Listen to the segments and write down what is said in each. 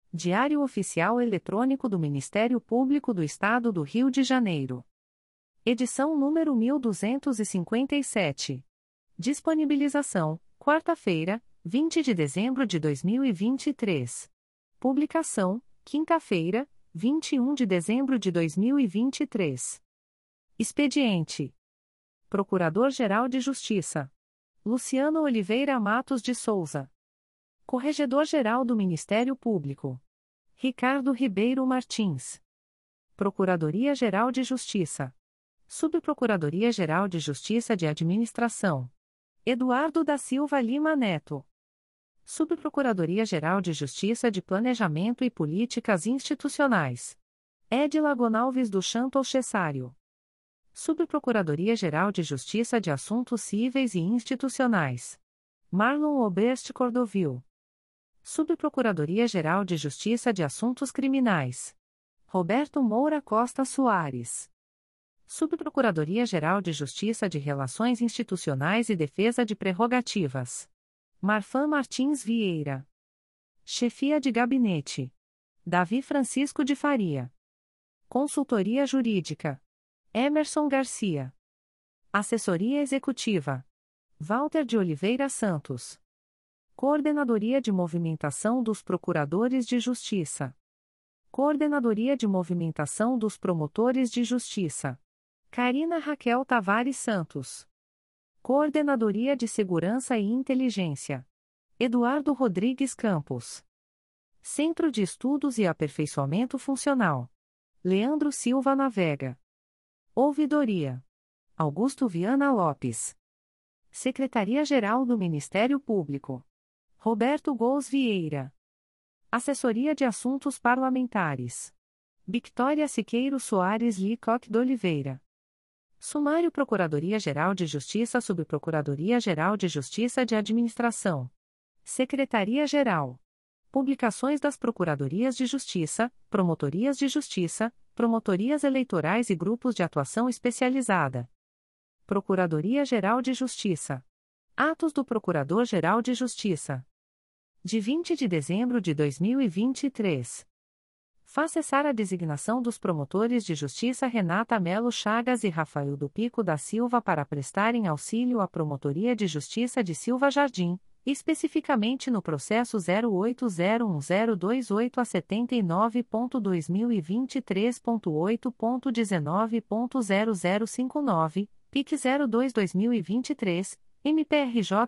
Diário Oficial Eletrônico do Ministério Público do Estado do Rio de Janeiro. Edição número 1257. Disponibilização: quarta-feira, 20 de dezembro de 2023. Publicação: quinta-feira, 21 de dezembro de 2023. Expediente: Procurador-Geral de Justiça Luciano Oliveira Matos de Souza. Corregedor-Geral do Ministério Público Ricardo Ribeiro Martins. Procuradoria-Geral de Justiça. Subprocuradoria-Geral de Justiça de Administração Eduardo da Silva Lima Neto. Subprocuradoria-Geral de Justiça de Planejamento e Políticas Institucionais Edila Gonalves do Chanto Cessário. Subprocuradoria-Geral de Justiça de Assuntos Cíveis e Institucionais Marlon Oberst Cordovil. Subprocuradoria-Geral de Justiça de Assuntos Criminais Roberto Moura Costa Soares. Subprocuradoria-Geral de Justiça de Relações Institucionais e Defesa de Prerrogativas Marfan Martins Vieira. Chefia de Gabinete Davi Francisco de Faria. Consultoria Jurídica Emerson Garcia. Assessoria Executiva Walter de Oliveira Santos. Coordenadoria de Movimentação dos Procuradores de Justiça. Coordenadoria de Movimentação dos Promotores de Justiça. Carina Raquel Tavares Santos. Coordenadoria de Segurança e Inteligência. Eduardo Rodrigues Campos. Centro de Estudos e Aperfeiçoamento Funcional. Leandro Silva Navega. Ouvidoria. Augusto Viana Lopes. Secretaria-Geral do Ministério Público. Roberto Gous Vieira. Assessoria de Assuntos Parlamentares. Victória Siqueiro Soares Licoque de Oliveira. Sumário Procuradoria-Geral de Justiça Subprocuradoria-Geral de Justiça de Administração. Secretaria-Geral. Publicações das Procuradorias de Justiça, Promotorias de Justiça, Promotorias Eleitorais e Grupos de Atuação Especializada. Procuradoria-Geral de Justiça. Atos do Procurador-Geral de Justiça. De 20 de dezembro de 2023. Faz cessar a designação dos promotores de justiça Renata Melo Chagas e Rafael do Pico da Silva para prestarem auxílio à Promotoria de Justiça de Silva Jardim, especificamente no processo 08010228 a 79.2023.8.19.0059, PIC 02/2023. MPRJ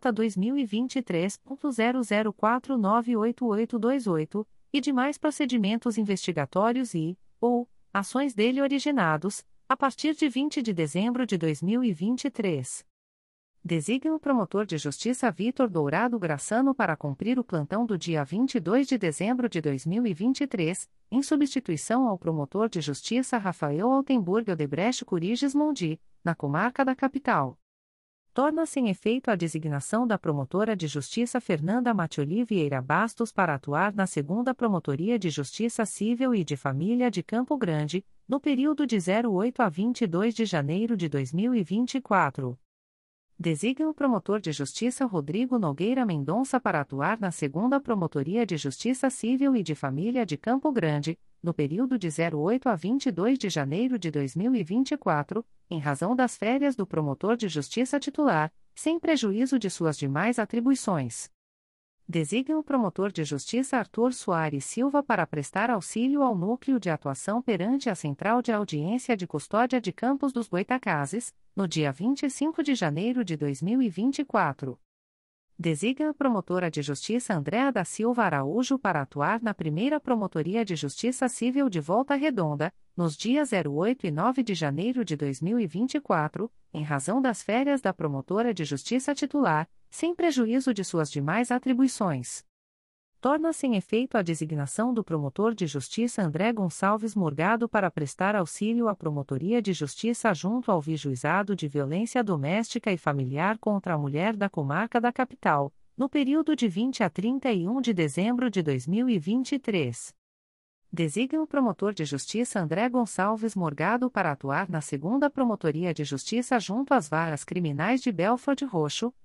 2023.00498828 e demais procedimentos investigatórios ou ações dele originados, a partir de 20 de dezembro de 2023. Designa o promotor de justiça Vitor Dourado Graçano para cumprir o plantão do dia 22 de dezembro de 2023, em substituição ao promotor de justiça Rafael Altenburg Odebrecht Curiges Mondi, na comarca da Capital. Torna-se em efeito a designação da promotora de justiça Fernanda Matioli Vieira Bastos para atuar na 2ª Promotoria de Justiça Civil e de Família de Campo Grande, no período de 08 a 22 de janeiro de 2024. Designa o promotor de justiça Rodrigo Nogueira Mendonça para atuar na 2ª Promotoria de Justiça Civil e de Família de Campo Grande, no período de 08 a 22 de janeiro de 2024, em razão das férias do promotor de justiça titular, sem prejuízo de suas demais atribuições. Designa o promotor de justiça Arthur Soares Silva para prestar auxílio ao Núcleo de Atuação perante a Central de Audiência de Custódia de Campos dos Goitacazes, no dia 25 de janeiro de 2024. Designa a promotora de justiça Andréa da Silva Araújo para atuar na 1ª Promotoria de Justiça Civil de Volta Redonda, nos dias 08 e 9 de janeiro de 2024, em razão das férias da promotora de justiça titular, sem prejuízo de suas demais atribuições. Torna-se em efeito a designação do promotor de justiça André Gonçalves Morgado para prestar auxílio à Promotoria de Justiça junto ao Vijuizado de Violência Doméstica e Familiar contra a Mulher da Comarca da Capital, no período de 20 a 31 de dezembro de 2023. Designa o promotor de justiça André Gonçalves Morgado para atuar na 2ª Promotoria de Justiça junto às Varas Criminais de Belford Roxo,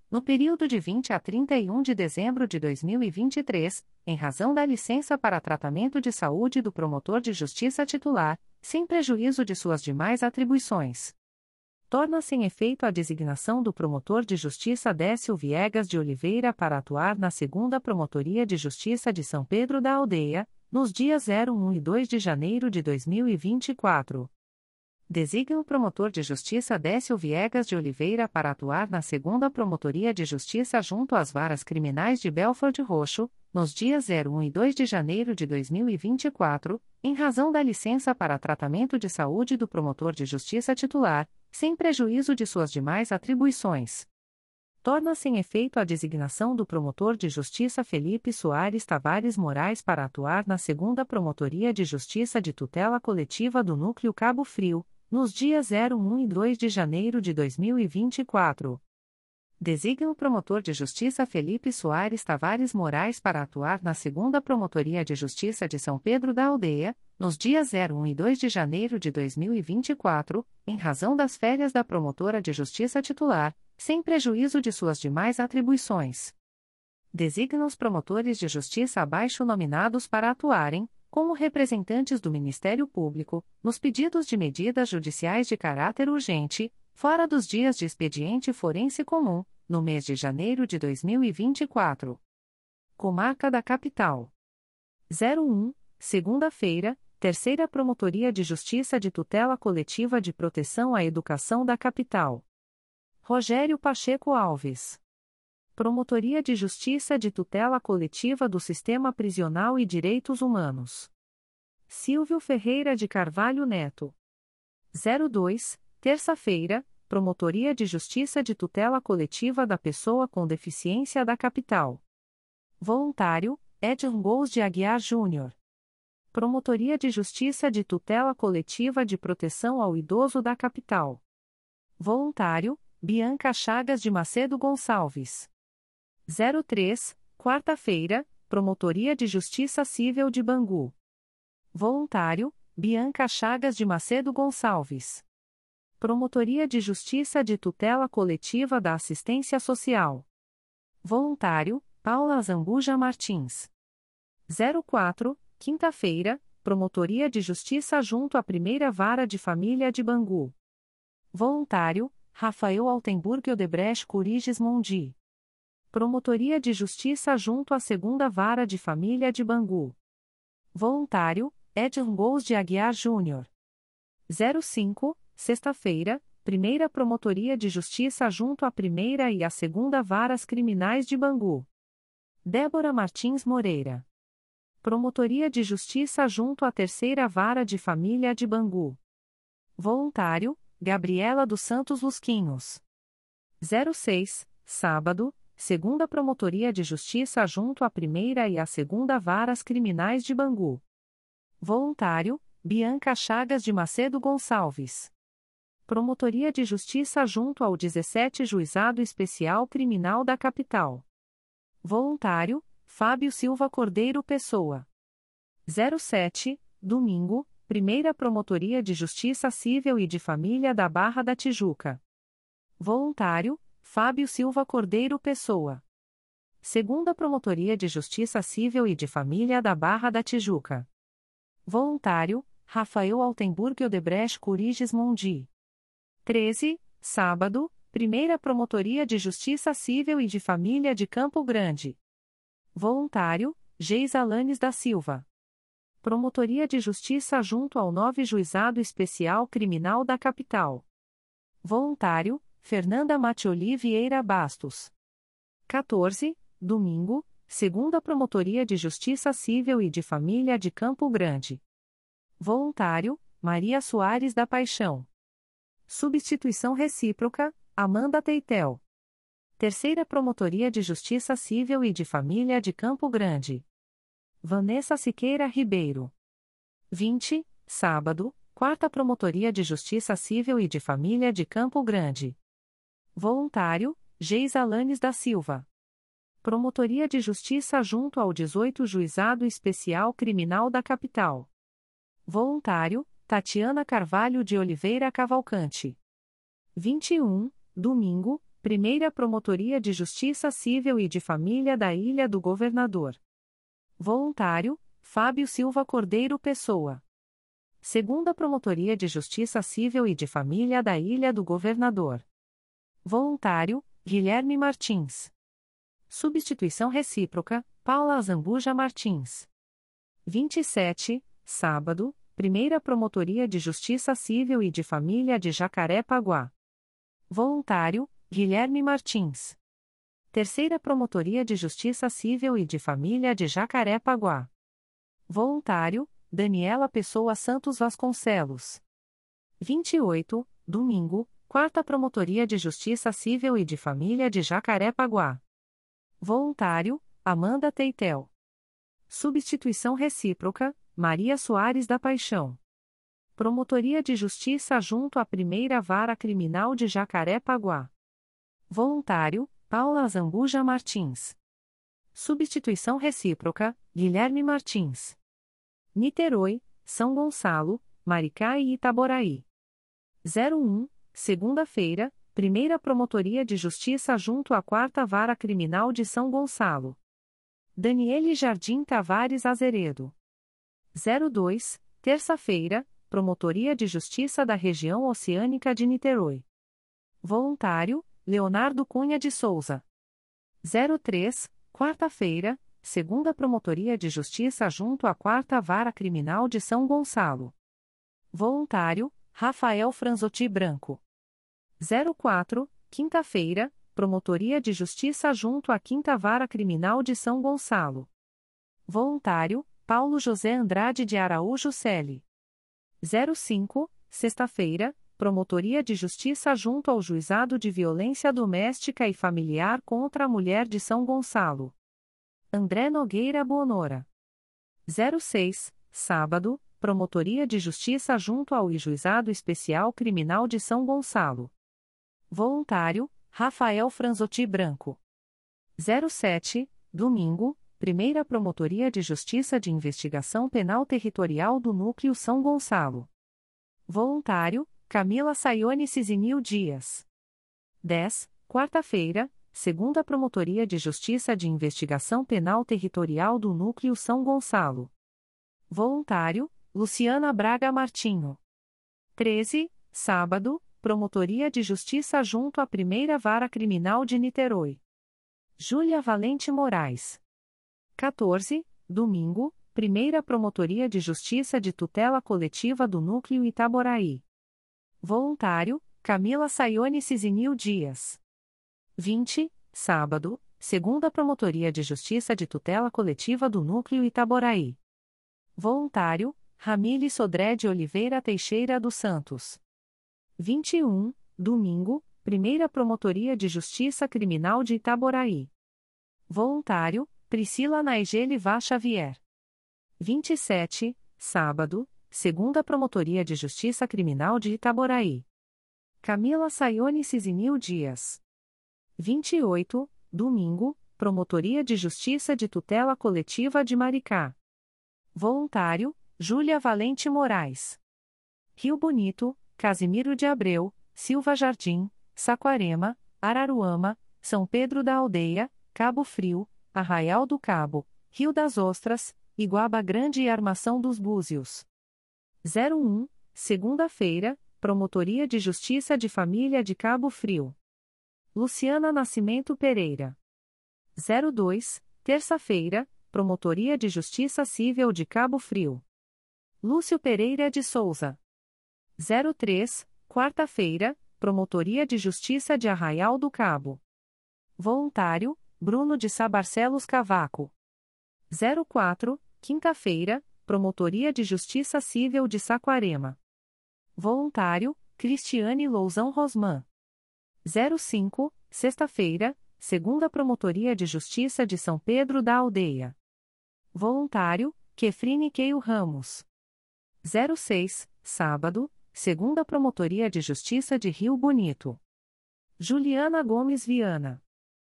no período de 20 a 31 de dezembro de 2023, em razão da licença para tratamento de saúde do promotor de justiça titular, sem prejuízo de suas demais atribuições. Torna-se em efeito a designação do promotor de justiça Décio Viegas de Oliveira para atuar na 2ª Promotoria de Justiça de São Pedro da Aldeia, nos dias 1 e 2 de janeiro de 2024. Designa o promotor de justiça Décio Viegas de Oliveira para atuar na 2ª Promotoria de Justiça junto às varas criminais de Belford Roxo, nos dias 1 e 2 de janeiro de 2024, em razão da licença para tratamento de saúde do promotor de justiça titular, sem prejuízo de suas demais atribuições. Torna-se em efeito a designação do promotor de justiça Felipe Soares Tavares Moraes para atuar na 2ª Promotoria de Justiça de Tutela Coletiva do Núcleo Cabo Frio, nos dias 1 e 2 de janeiro de 2024. Designa o promotor de justiça Felipe Soares Tavares Moraes para atuar na 2ª Promotoria de Justiça de São Pedro da Aldeia, nos dias 1 e 2 de janeiro de 2024, em razão das férias da promotora de justiça titular, sem prejuízo de suas demais atribuições. Designa os promotores de justiça abaixo nominados para atuarem, como representantes do Ministério Público, nos pedidos de medidas judiciais de caráter urgente, fora dos dias de expediente forense comum, no mês de janeiro de 2024. Comarca da Capital. 01, segunda-feira, 3ª Promotoria de Justiça de Tutela Coletiva de Proteção à Educação da Capital. Rogério Pacheco Alves. Promotoria de Justiça de Tutela Coletiva do Sistema Prisional e Direitos Humanos. Silvio Ferreira de Carvalho Neto. 02, terça-feira, Promotoria de Justiça de Tutela Coletiva da Pessoa com Deficiência da Capital. Voluntário, Edson Gous de Aguiar Júnior. Promotoria de Justiça de Tutela Coletiva de Proteção ao Idoso da Capital. Voluntário, Bianca Chagas de Macedo Gonçalves. 03, quarta-feira, Promotoria de Justiça Civil de Bangu. Voluntário, Bianca Chagas de Macedo Gonçalves. Promotoria de Justiça de Tutela Coletiva da Assistência Social. Voluntário, Paula Zambuja Martins. 04, quinta-feira, Promotoria de Justiça junto à Primeira Vara de Família de Bangu. Voluntário, Rafael Altenburg Odebrecht Curiges Mondi. Promotoria de Justiça junto à 2ª Vara de Família de Bangu. Voluntário, Edson Gous de Aguiar Júnior. 05, sexta-feira, Primeira Promotoria de Justiça junto à Primeira e à 2ª Varas Criminais de Bangu. Débora Martins Moreira. Promotoria de Justiça junto à 3ª Vara de Família de Bangu. Voluntário, Gabriela dos Santos Lusquinhos. 06, sábado, 2ª Promotoria de Justiça junto à Primeira e à 2ª Varas Criminais de Bangu. Voluntário, Bianca Chagas de Macedo Gonçalves. Promotoria de Justiça junto ao 17 Juizado Especial Criminal da Capital. Voluntário, Fábio Silva Cordeiro Pessoa. 07, domingo, Primeira Promotoria de Justiça Civil e de Família da Barra da Tijuca. Voluntário, Fábio Silva Cordeiro Pessoa. 2ª Promotoria de Justiça Civil e de Família da Barra da Tijuca. Voluntário, Rafael Altenburg Odebrecht Curiges Mondi. 13, sábado, Primeira Promotoria de Justiça Civil e de Família de Campo Grande. Voluntário, Geisa Alanes da Silva. Promotoria de Justiça junto ao 9 Juizado Especial Criminal da Capital. Voluntário, Fernanda Matioli Vieira Bastos. 14, domingo, 2ª Promotoria de Justiça Civil e de Família de Campo Grande. Voluntário, Maria Soares da Paixão. Substituição recíproca, Amanda Teitel. 3ª Promotoria de Justiça Civil e de Família de Campo Grande. Vanessa Siqueira Ribeiro. 20, sábado, 4ª Promotoria de Justiça Civil e de Família de Campo Grande. Voluntário, Geisa Alanes da Silva. Promotoria de Justiça junto ao 18 Juizado Especial Criminal da Capital. Voluntário, Tatiana Carvalho de Oliveira Cavalcante. 21, domingo, Primeira Promotoria de Justiça Civil e de Família da Ilha do Governador. Voluntário, Fábio Silva Cordeiro Pessoa. Segunda Promotoria de Justiça Civil e de Família da Ilha do Governador. Voluntário, Guilherme Martins. Substituição recíproca, Paula Zambuja Martins. 27, sábado, Primeira Promotoria de Justiça Civil e de Família de Jacarepaguá. Voluntário, Guilherme Martins. Terceira Promotoria de Justiça Civil e de Família de Jacarepaguá. Voluntário, Daniela Pessoa Santos Vasconcelos. 28, domingo, Quarta Promotoria de Justiça Civil e de Família de Jacarepaguá. Voluntário, Amanda Teitel. Substituição recíproca, Maria Soares da Paixão. Promotoria de Justiça junto à Primeira Vara Criminal de Jacarepaguá. Voluntário, Paula Zambuja Martins. Substituição recíproca, Guilherme Martins. Niterói, São Gonçalo, Maricá e Itaboraí. 01, segunda-feira, Primeira Promotoria de Justiça junto à Quarta Vara Criminal de São Gonçalo. Daniele Jardim Tavares Azeredo. 02, terça-feira, Promotoria de Justiça da Região Oceânica de Niterói. Voluntário, Leonardo Cunha de Souza. 03, quarta-feira, Segunda Promotoria de Justiça junto à Quarta Vara Criminal de São Gonçalo. Voluntário, Rafael Franzotti Branco. 04, quinta-feira, Promotoria de Justiça junto à Quinta Vara Criminal de São Gonçalo. Voluntário, Paulo José Andrade de Araújo Celi. 05, sexta-feira, Promotoria de Justiça junto ao Juizado de Violência Doméstica e Familiar contra a Mulher de São Gonçalo. André Nogueira Bonora. 06, sábado, Promotoria de Justiça junto ao Juizado Especial Criminal de São Gonçalo. Voluntário, Rafael Franzotti Branco. 07, domingo, Primeira Promotoria de Justiça de Investigação Penal Territorial do Núcleo São Gonçalo. Voluntário, Camila Sayone Cizinil Dias. 10, quarta-feira, Segunda Promotoria de Justiça de Investigação Penal Territorial do Núcleo São Gonçalo. Voluntário, Luciana Braga Martinho. 13, sábado, Promotoria de Justiça junto à Primeira Vara Criminal de Niterói. Júlia Valente Moraes. 14, domingo, Primeira Promotoria de Justiça de Tutela Coletiva do Núcleo Itaboraí. Voluntário, Camila Sayone Cizinil Dias. 20, sábado, Segunda Promotoria de Justiça de Tutela Coletiva do Núcleo Itaboraí. Voluntário, Ramile Sodré de Oliveira Teixeira dos Santos. 21, domingo, Primeira Promotoria de Justiça Criminal de Itaboraí. Voluntário, Priscila Naigeli Vá Xavier. 27, sábado, Segunda Promotoria de Justiça Criminal de Itaboraí. Camila Sayone Cizinil Dias. 28, domingo, Promotoria de Justiça de Tutela Coletiva de Maricá. Voluntário, Júlia Valente Moraes. Rio Bonito, Casimiro de Abreu, Silva Jardim, Saquarema, Araruama, São Pedro da Aldeia, Cabo Frio, Arraial do Cabo, Rio das Ostras, Iguaba Grande e Armação dos Búzios. 01, segunda-feira, Promotoria de Justiça de Família de Cabo Frio. Luciana Nascimento Pereira. 02, terça-feira, Promotoria de Justiça Civil de Cabo Frio. Lúcio Pereira de Souza. 03, quarta-feira, Promotoria de Justiça de Arraial do Cabo. Voluntário, Bruno de Sá Barcelos Cavaco. 04, quinta-feira, Promotoria de Justiça Civil de Saquarema. Voluntário, Cristiane Lousão Rosman. 05, sexta-feira, Segunda Promotoria de Justiça de São Pedro da Aldeia. Voluntário, Kefrine Keio Ramos. 06, sábado, Segunda Promotoria de Justiça de Rio Bonito. Juliana Gomes Viana.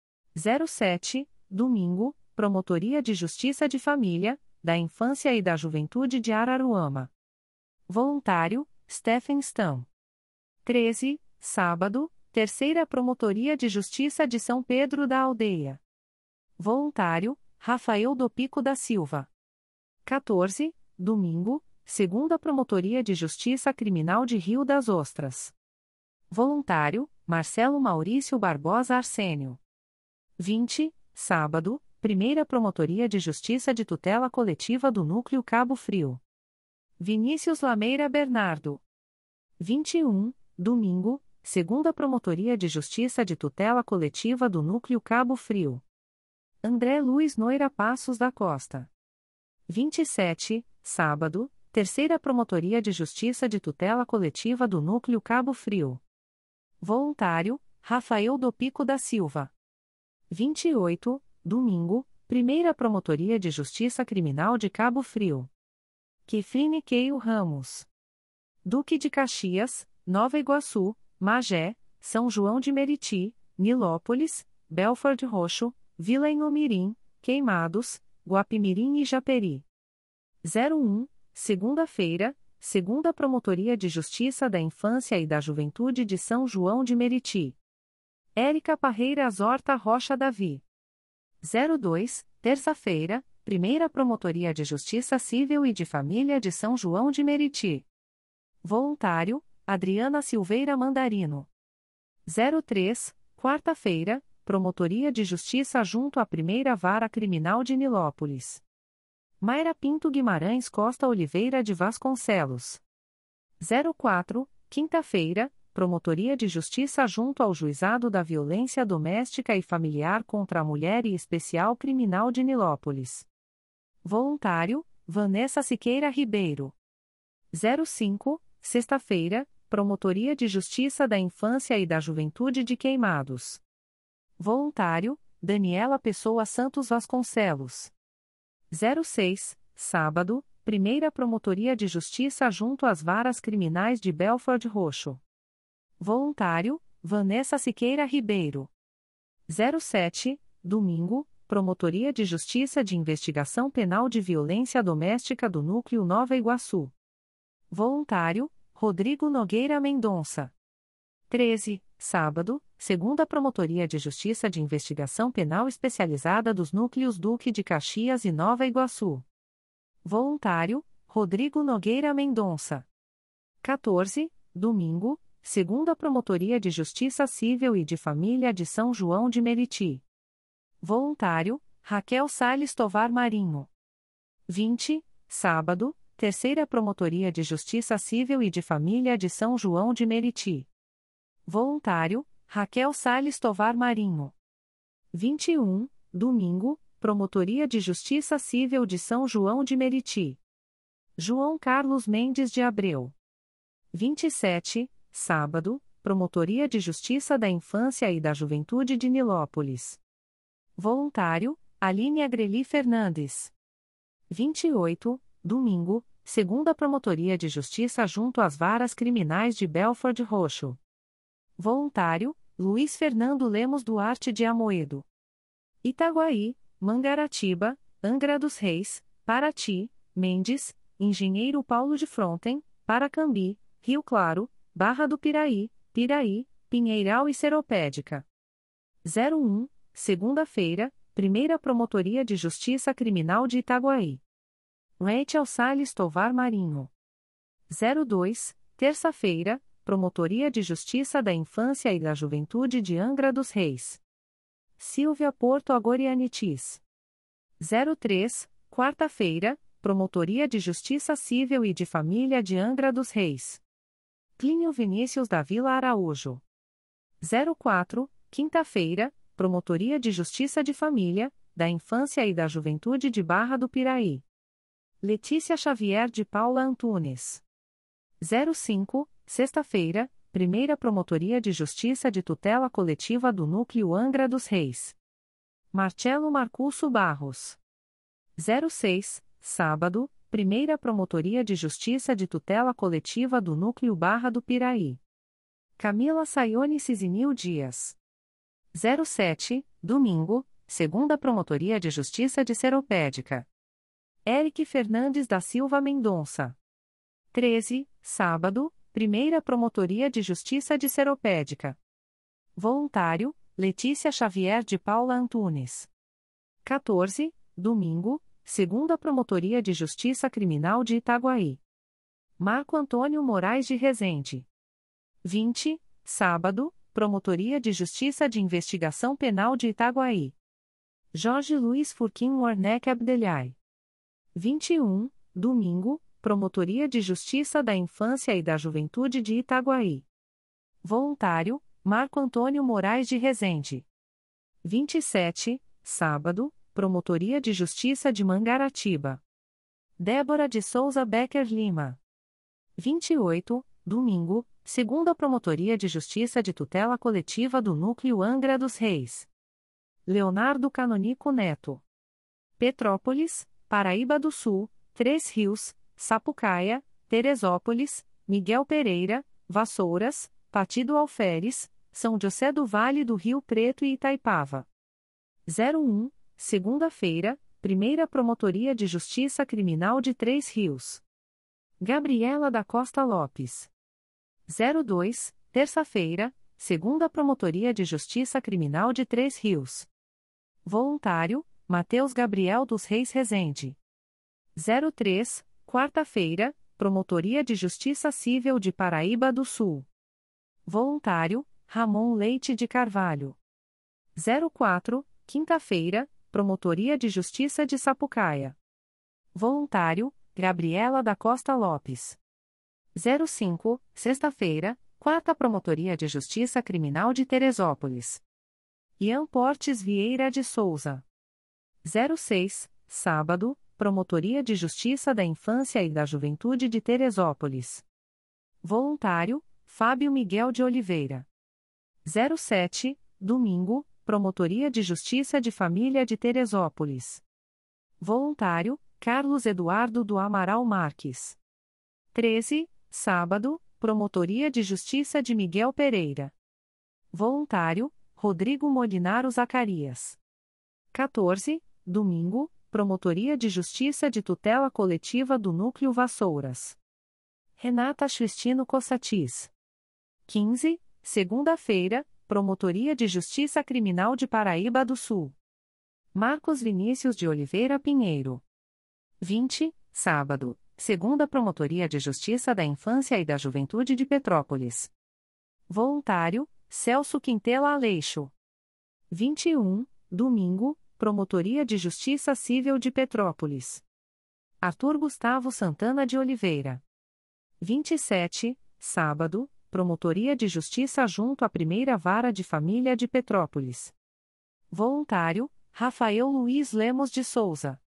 07, domingo, Promotoria de Justiça de Família, da Infância e da Juventude de Araruama. Voluntário, Stephen Stam. 13, sábado, Terceira Promotoria de Justiça de São Pedro da Aldeia. Voluntário, Rafael do Pico da Silva. 14, domingo, Segunda Promotoria de Justiça Criminal de Rio das Ostras. Voluntário, Marcelo Maurício Barbosa Arsênio. 20, sábado, Primeira Promotoria de Justiça de Tutela Coletiva do Núcleo Cabo Frio. Vinícius Lameira Bernardo. 21, domingo, Segunda Promotoria de Justiça de Tutela Coletiva do Núcleo Cabo Frio. André Luiz Noira Passos da Costa. 27, sábado, Terceira Promotoria de Justiça de Tutela Coletiva do Núcleo Cabo Frio. Voluntário, Rafael do Pico da Silva. 28, domingo, Primeira Promotoria de Justiça Criminal de Cabo Frio. Kefrine Keio Ramos. Duque de Caxias, Nova Iguaçu, Magé, São João de Meriti, Nilópolis, Belford Roxo, Vila Inhomirim, Queimados, Guapimirim e Japeri. 01, segunda-feira, Segunda Promotoria de Justiça da Infância e da Juventude de São João de Meriti. Érica Parreiras Horta Rocha Davi. 02, terça-feira, Primeira Promotoria de Justiça Civil e de Família de São João de Meriti. Voluntário, Adriana Silveira Mandarino. 03, quarta-feira, Promotoria de Justiça junto à Primeira Vara Criminal de Nilópolis. Mayra Pinto Guimarães Costa Oliveira de Vasconcelos. 04, quinta-feira, Promotoria de Justiça junto ao Juizado da Violência Doméstica e Familiar contra a Mulher e Especial Criminal de Nilópolis. Voluntário, Vanessa Siqueira Ribeiro. 05, sexta-feira, Promotoria de Justiça da Infância e da Juventude de Queimados. Voluntário, Daniela Pessoa Santos Vasconcelos. 06, sábado, Primeira Promotoria de Justiça junto às Varas Criminais de Belford Roxo. Voluntário, Vanessa Siqueira Ribeiro. 07, domingo, Promotoria de Justiça de Investigação Penal de Violência Doméstica do Núcleo Nova Iguaçu. Voluntário, Rodrigo Nogueira Mendonça. 13, sábado, Segunda Promotoria de Justiça de Investigação Penal Especializada dos Núcleos Duque de Caxias e Nova Iguaçu. Voluntário, Rodrigo Nogueira Mendonça. 14, domingo, Segunda Promotoria de Justiça Civil e de Família de São João de Meriti. Voluntário, Raquel Salles Tovar Marinho. 20, sábado, Terceira Promotoria de Justiça Civil e de Família de São João de Meriti. Voluntário, Raquel Salles Tovar Marinho. 21, domingo, Promotoria de Justiça Civil de São João de Meriti. João Carlos Mendes de Abreu. 27, sábado, Promotoria de Justiça da Infância e da Juventude de Nilópolis. Voluntário, Aline Agreli Fernandes. 28, domingo, Segunda Promotoria de Justiça junto às Varas Criminais de Belford Roxo. Voluntário, Luiz Fernando Lemos Duarte de Amoedo. Itaguaí, Mangaratiba, Angra dos Reis, Paraty, Mendes, Engenheiro Paulo de Fronten, Paracambi, Rio Claro, Barra do Piraí, Piraí, Pinheiral e Seropédica. 01, segunda-feira, Primeira Promotoria de Justiça Criminal de Itaguaí. Rachel Salles Tovar Marinho. 02, terça-feira, Promotoria de Justiça da Infância e da Juventude de Angra dos Reis. Silvia Porto Agorianitis. 03, quarta-feira, Promotoria de Justiça Civil e de Família de Angra dos Reis. Plínio Vinícius da Vila Araújo. 04, quinta-feira, Promotoria de Justiça de Família, da Infância e da Juventude de Barra do Piraí. Letícia Xavier de Paula Antunes. 05, sexta-feira, Primeira Promotoria de Justiça de Tutela Coletiva do Núcleo Angra dos Reis. Marcelo Marcusso Barros. 06, sábado, Primeira Promotoria de Justiça de Tutela Coletiva do Núcleo Barra do Piraí. Camila Sayone Cisinil Dias. 07, domingo, Segunda Promotoria de Justiça de Seropédica. Eric Fernandes da Silva Mendonça. 13, sábado, Primeira Promotoria de Justiça de Seropédica. Voluntário, Letícia Xavier de Paula Antunes. 14, domingo, segunda Promotoria de Justiça Criminal de Itaguaí. Marco Antônio Moraes de Rezende. 20, sábado, Promotoria de Justiça de Investigação Penal de Itaguaí. Jorge Luiz Furquim Warneck Abdelhai. 21, domingo, Promotoria de Justiça da Infância e da Juventude de Itaguaí. Voluntário, Marco Antônio Moraes de Rezende. 27, sábado, Promotoria de Justiça de Mangaratiba. Débora de Souza Becker Lima. 28, domingo, segunda Promotoria de Justiça de Tutela Coletiva do Núcleo Angra dos Reis. Leonardo Canonico Neto. Petrópolis, Paraíba do Sul, Três Rios, Sapucaia, Teresópolis, Miguel Pereira, Vassouras, Partido Alferes, São José do Vale do Rio Preto e Itaipava. 01, segunda-feira, Primeira Promotoria de Justiça Criminal de Três Rios. Gabriela da Costa Lopes. 02, terça-feira, Segunda Promotoria de Justiça Criminal de Três Rios. Voluntário, Mateus Gabriel dos Reis Rezende. 03, quarta-feira, Promotoria de Justiça Civil de Paraíba do Sul. Voluntário, Ramon Leite de Carvalho. 04, quinta-feira, Promotoria de Justiça de Sapucaia. Voluntário, Gabriela da Costa Lopes. 05, sexta-feira, quarta Promotoria de Justiça Criminal de Teresópolis. Ian Portes Vieira de Souza. 06, sábado, Promotoria de Justiça da Infância e da Juventude de Teresópolis. Voluntário, Fábio Miguel de Oliveira. 07, domingo, Promotoria de Justiça de Família de Teresópolis. Voluntário, Carlos Eduardo do Amaral Marques. 13, sábado, Promotoria de Justiça de Miguel Pereira. Voluntário, Rodrigo Molinaro Zacarias. 14, domingo, Promotoria de Justiça de Tutela Coletiva do Núcleo Vassouras. Renata Cristino Cossatis. 15, segunda-feira, Promotoria de Justiça Criminal de Paraíba do Sul. Marcos Vinícius de Oliveira Pinheiro. 20, sábado, segunda Promotoria de Justiça da Infância e da Juventude de Petrópolis. Voluntário, Celso Quintela Aleixo. 21, domingo, Promotoria de Justiça Civil de Petrópolis. Arthur Gustavo Santana de Oliveira. 27, sábado, Promotoria de Justiça junto à Primeira Vara de Família de Petrópolis. Voluntário, Rafael Luiz Lemos de Souza.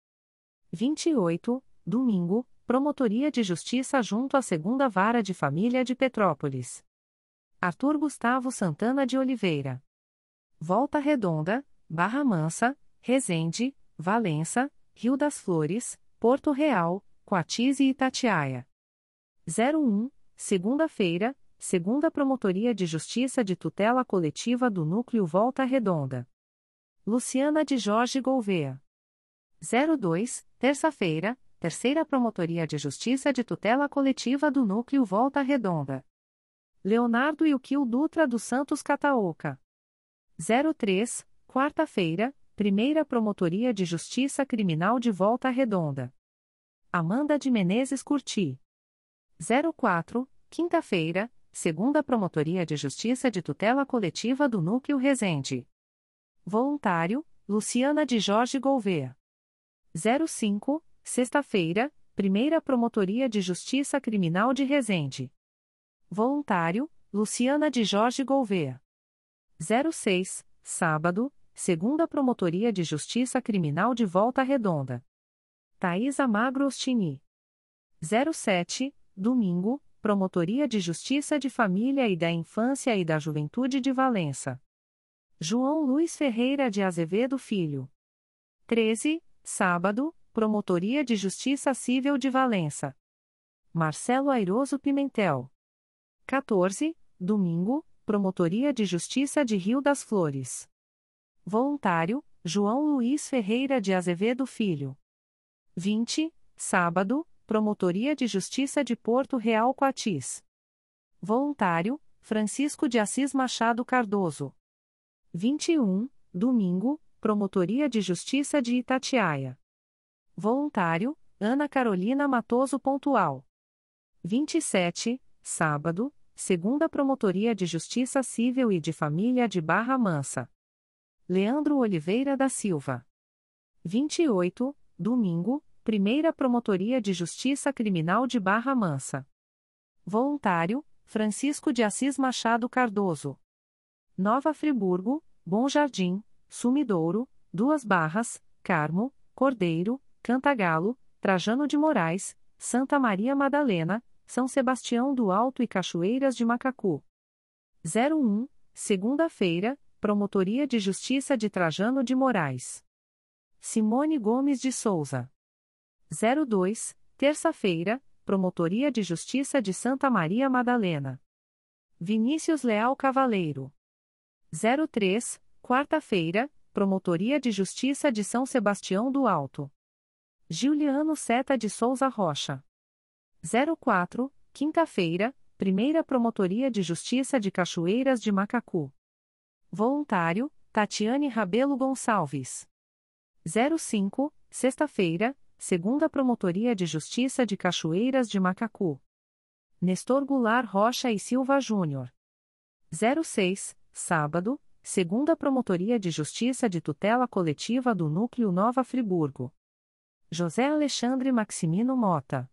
28, domingo, Promotoria de Justiça junto à Segunda Vara de Família de Petrópolis. Arthur Gustavo Santana de Oliveira. Volta Redonda, Barra Mansa, Resende, Valença, Rio das Flores, Porto Real, Coatis e Itatiaia. 01, segunda-feira, segunda Promotoria de Justiça de Tutela Coletiva do Núcleo Volta Redonda. Luciana de Jorge Gouveia. 02, terça-feira, terceira Promotoria de Justiça de Tutela Coletiva do Núcleo Volta Redonda. Leonardo Ilquil Dutra dos Santos Cataoca. 03, quarta-feira, primeira Promotoria de Justiça Criminal de Volta Redonda. Amanda de Menezes Curti. 04, quinta-feira, segunda Promotoria de Justiça de Tutela Coletiva do Núcleo Resende. Voluntário, Luciana de Jorge Gouveia. 05, sexta-feira, primeira Promotoria de Justiça Criminal de Resende. Voluntário, Luciana de Jorge Gouveia. 06, sábado, segunda Promotoria de Justiça Criminal de Volta Redonda. Thaisa Magro Ostini. 07, domingo, Promotoria de Justiça de Família e da Infância e da Juventude de Valença. João Luiz Ferreira de Azevedo Filho. 13, sábado, Promotoria de Justiça Civil de Valença. Marcelo Airoso Pimentel. 14, domingo, Promotoria de Justiça de Rio das Flores. Voluntário, João Luiz Ferreira de Azevedo Filho. 20, sábado, Promotoria de Justiça de Porto Real Coatis. Voluntário, Francisco de Assis Machado Cardoso. 21, domingo, Promotoria de Justiça de Itatiaia. Voluntário, Ana Carolina Matoso Pontual. 27, sábado, Segunda Promotoria de Justiça Civil e de Família de Barra Mansa. Leandro Oliveira da Silva. 28, domingo, Primeira Promotoria de Justiça Criminal de Barra Mansa. Voluntário, Francisco de Assis Machado Cardoso. Nova Friburgo, Bom Jardim, Sumidouro, Duas Barras, Carmo, Cordeiro, Cantagalo, Trajano de Moraes, Santa Maria Madalena, São Sebastião do Alto e Cachoeiras de Macacu. 01, segunda-feira, Promotoria de Justiça de Trajano de Moraes. Simone Gomes de Souza. 02, terça-feira, Promotoria de Justiça de Santa Maria Madalena. Vinícius Leal Cavaleiro. 03, quarta-feira, Promotoria de Justiça de São Sebastião do Alto. Giuliano Seta de Souza Rocha. 04, quinta-feira, Primeira Promotoria de Justiça de Cachoeiras de Macacu. Voluntário, Tatiane Rabelo Gonçalves. 05, sexta-feira, Segunda Promotoria de Justiça de Cachoeiras de Macacu. Nestor Goulart Rocha e Silva Júnior. 06, sábado, Segunda Promotoria de Justiça de Tutela Coletiva do Núcleo Nova Friburgo. José Alexandre Maximino Mota.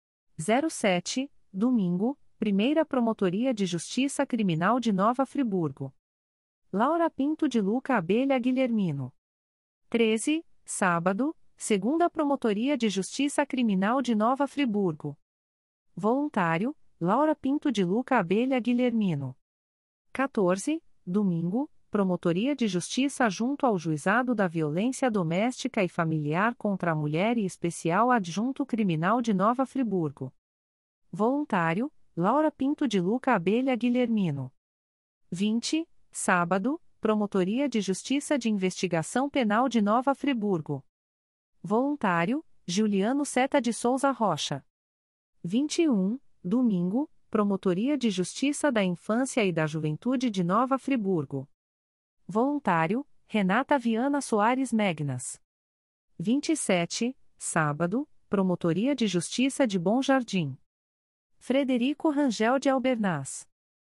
07, domingo, Primeira Promotoria de Justiça Criminal de Nova Friburgo. Laura Pinto de Luca Abelha Guilhermino. 13, sábado, Segunda Promotoria de Justiça Criminal de Nova Friburgo. Voluntário, Laura Pinto de Luca Abelha Guilhermino. 14, domingo, Promotoria de Justiça junto ao Juizado da Violência Doméstica e Familiar contra a Mulher e Especial Adjunto Criminal de Nova Friburgo. Voluntário, Laura Pinto de Luca Abelha Guilhermino. 20, sábado, Promotoria de Justiça de Investigação Penal de Nova Friburgo. Voluntário, Giuliano Seta de Souza Rocha. 21, domingo, Promotoria de Justiça da Infância e da Juventude de Nova Friburgo. Voluntário, Renata Viana Soares Megnas. 27, sábado, Promotoria de Justiça de Bom Jardim. Frederico Rangel de Albernaz.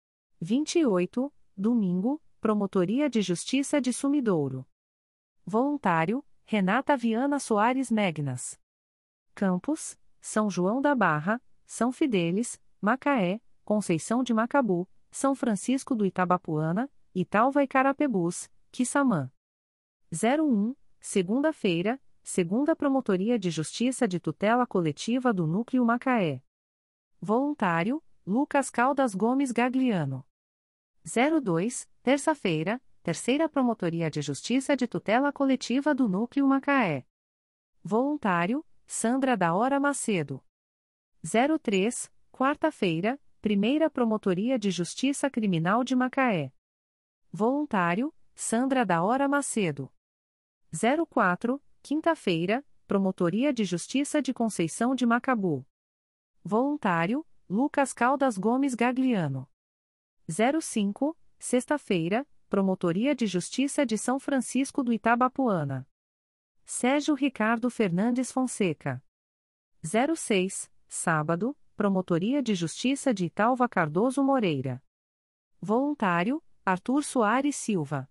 28, domingo, Promotoria de Justiça de Sumidouro. Voluntário, Renata Viana Soares Megnas. Campos, São João da Barra, São Fidélis, Macaé, Conceição de Macabu, São Francisco do Itabapuana, Italva e Carapebus, Quissamã. 01, segunda-feira, Segunda Promotoria de Justiça de Tutela Coletiva do Núcleo Macaé. Voluntário, Lucas Caldas Gomes Gagliano. 02, terça-feira, Terceira Promotoria de Justiça de Tutela Coletiva do Núcleo Macaé. Voluntário, Sandra da Hora Macedo. 03, quarta-feira, Primeira Promotoria de Justiça Criminal de Macaé. Voluntário, Sandra da Hora Macedo. 04, quinta-feira, Promotoria de Justiça de Conceição de Macabu. Voluntário, Lucas Caldas Gomes Gagliano. 05, sexta-feira, Promotoria de Justiça de São Francisco do Itabapuana. Sérgio Ricardo Fernandes Fonseca. 06, sábado, Promotoria de Justiça de Italva Cardoso Moreira. Voluntário, Arthur Soares Silva.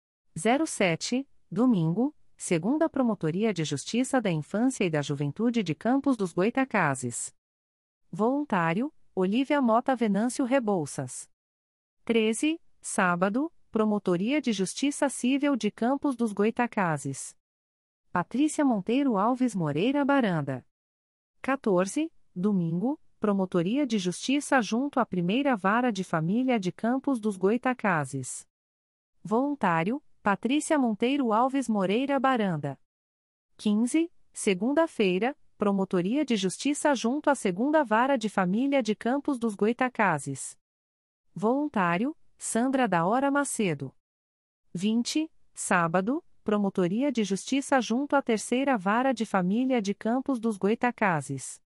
07, domingo, Segunda Promotoria de Justiça da Infância e da Juventude de Campos dos Goitacazes. Voluntário, Olívia Mota Venâncio Rebouças. 13, sábado, Promotoria de Justiça Civil de Campos dos Goitacazes. Patrícia Monteiro Alves Moreira Baranda. 14, domingo, Promotoria de Justiça junto à Primeira Vara de Família de Campos dos Goitacazes. Voluntário, Patrícia Monteiro Alves Moreira Baranda. 15, segunda-feira, Promotoria de Justiça junto à Segunda Vara de Família de Campos dos Goitacazes. Voluntário, Sandra da Hora Macedo. 20, sábado, Promotoria de Justiça junto à Terceira Vara de Família de Campos dos Goitacazes.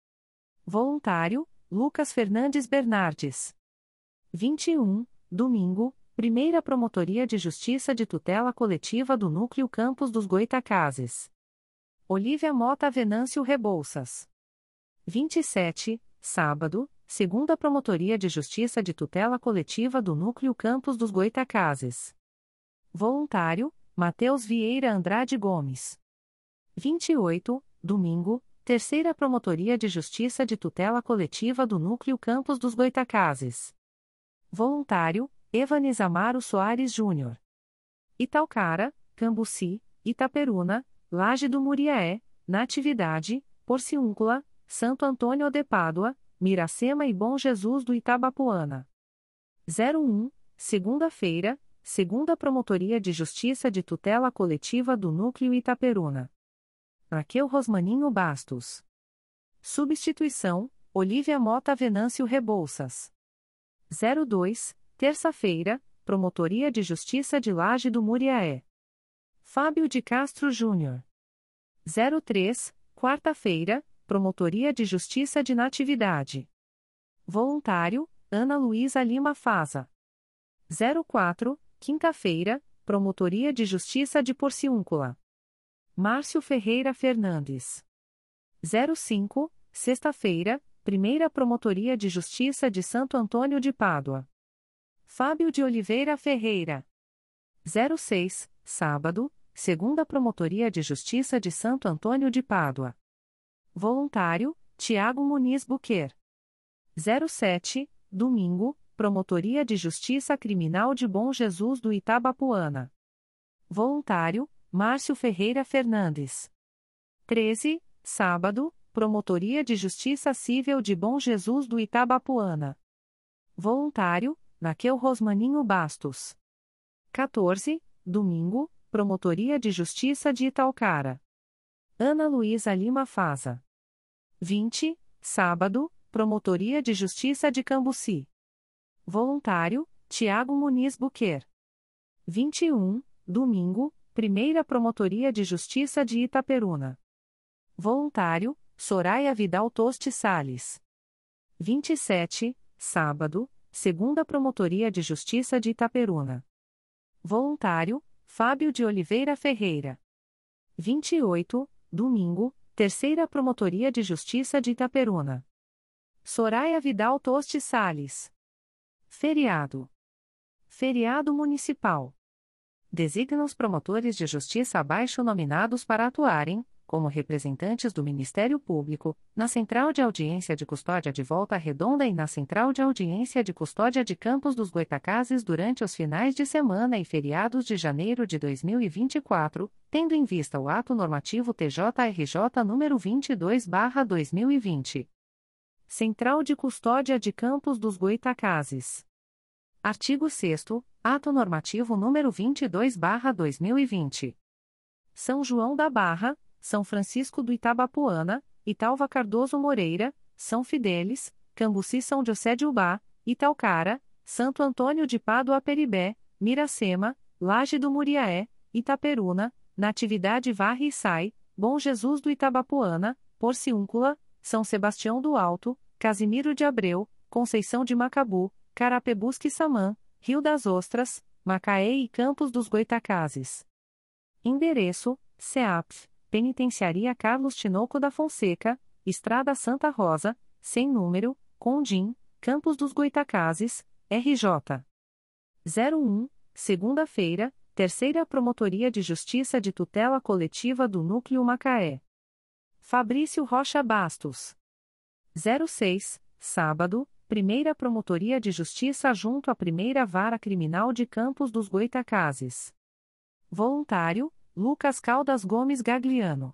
Voluntário, Lucas Fernandes Bernardes. 21, domingo, Primeira Promotoria de Justiça de Tutela Coletiva do Núcleo Campos dos Goytacazes. Olívia Mota Venâncio Rebouças. 27, sábado, Segunda Promotoria de Justiça de Tutela Coletiva do Núcleo Campos dos Goytacazes. Voluntário, Matheus Vieira Andrade Gomes. 28, domingo, Terceira Promotoria de Justiça de Tutela Coletiva do Núcleo Campos dos Goytacazes. Voluntário, Evanes Amaro Soares Júnior. Italcara, Cambuci, Itaperuna, Laje do Muriaé, Natividade, Porciúncula, Santo Antônio de Pádua, Miracema e Bom Jesus do Itabapoana. 01, segunda-feira, Segunda Promotoria de Justiça de Tutela Coletiva do Núcleo Itaperuna. Raquel Rosmaninho Bastos. Substituição, Olívia Mota Venâncio Rebouças. 02, terça-feira, Promotoria de Justiça de Laje do Muriaé. Fábio de Castro Júnior. 03, quarta-feira, Promotoria de Justiça de Natividade. Voluntário, Ana Luísa Lima Faza. 04, quinta-feira, Promotoria de Justiça de Porciúncula. Márcio Ferreira Fernandes. 05, sexta-feira, Primeira Promotoria de Justiça de Santo Antônio de Pádua. Fábio de Oliveira Ferreira. 06, sábado, Segunda Promotoria de Justiça de Santo Antônio de Pádua. Voluntário, Tiago Muniz Buquer. 07, domingo, Promotoria de Justiça Criminal de Bom Jesus do Itabapoana. Voluntário, Márcio Ferreira Fernandes. 13, sábado, Promotoria de Justiça Civil de Bom Jesus do Itabapoana. Voluntário, Raquel Rosmaninho Bastos. 14, domingo, Promotoria de Justiça de Italcara. Ana Luísa Lima Faza. 20, sábado, Promotoria de Justiça de Cambuci. Voluntário, Tiago Muniz Buquer. 21, domingo, Primeira Promotoria de Justiça de Itaperuna. Voluntário, Soraya Vidal Toste Sales. 27, sábado, Segunda Promotoria de Justiça de Itaperuna. Voluntário, Fábio de Oliveira Ferreira. 28, domingo, Terceira Promotoria de Justiça de Itaperuna. Soraya Vidal Toste Sales. Feriado. Feriado Municipal. Designa os promotores de justiça abaixo nominados para atuarem, como representantes do Ministério Público, na Central de Audiência de Custódia de Volta Redonda e na Central de Audiência de Custódia de Campos dos Goytacazes durante os finais de semana e feriados de janeiro de 2024, tendo em vista o ato normativo TJRJ número 22/2020. Central de Custódia de Campos dos Goytacazes. Artigo 6º, ato normativo número 22/2020. São João da Barra, São Francisco do Itabapoana, Italva Cardoso Moreira, São Fidélis, Cambuci São José de Ubá, Italcara, Santo Antônio de Pádua Peribé, Miracema, Laje do Muriaé, Itaperuna, Natividade Varre e Sai, Bom Jesus do Itabapoana, Porciúncula, São Sebastião do Alto, Casimiro de Abreu, Conceição de Macabu, Carapebusque e Samã, Rio das Ostras, Macaé e Campos dos Goytacazes. Endereço, CEAPF, Penitenciaria Carlos Tinoco da Fonseca, Estrada Santa Rosa, sem número, Condim, Campos dos Goytacazes, RJ. 01, segunda-feira, Terceira Promotoria de Justiça de Tutela Coletiva do Núcleo Macaé. Fabrício Rocha Bastos. 06, sábado, Primeira Promotoria de Justiça junto à Primeira Vara Criminal de Campos dos Goytacazes. Voluntário, Lucas Caldas Gomes Gagliano.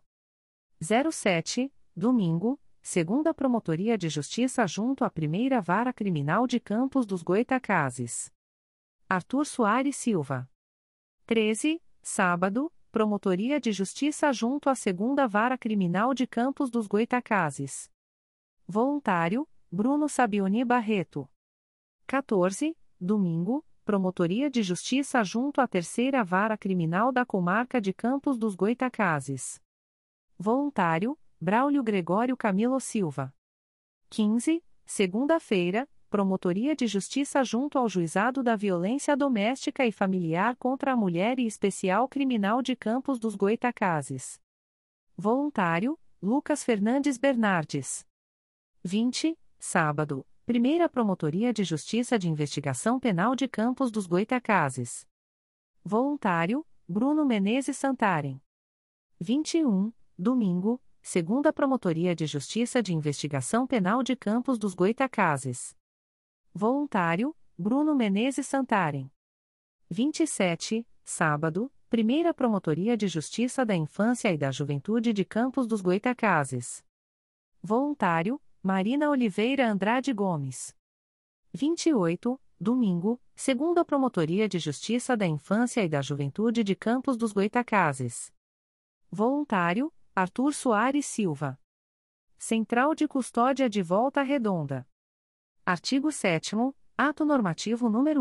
07, domingo, Segunda Promotoria de Justiça junto à Primeira Vara Criminal de Campos dos Goytacazes. Arthur Soares Silva. 13, sábado, Promotoria de Justiça junto à Segunda Vara Criminal de Campos dos Goytacazes. Voluntário, Bruno Sabioni Barreto. 14, domingo, Promotoria de Justiça junto à Terceira Vara Criminal da Comarca de Campos dos Goytacazes. Voluntário, Braulio Gregório Camilo Silva. 15, segunda-feira, Promotoria de Justiça junto ao Juizado da Violência Doméstica e Familiar contra a Mulher e Especial Criminal de Campos dos Goytacazes. Voluntário, Lucas Fernandes Bernardes. 20, sábado, Primeira Promotoria de Justiça de Investigação Penal de Campos dos Goytacazes. Voluntário, Bruno Menezes Santarem. 21, domingo, Segunda Promotoria de Justiça de Investigação Penal de Campos dos Goytacazes. Voluntário, Bruno Menezes Santarem. 27, sábado, Primeira Promotoria de Justiça da Infância e da Juventude de Campos dos Goytacazes. Voluntário, Marina Oliveira Andrade Gomes. 28, domingo, Segunda Promotoria de Justiça da Infância e da Juventude de Campos dos Goytacazes. Voluntário, Arthur Soares Silva. Central de Custódia de Volta Redonda. Artigo 7º, Ato Normativo número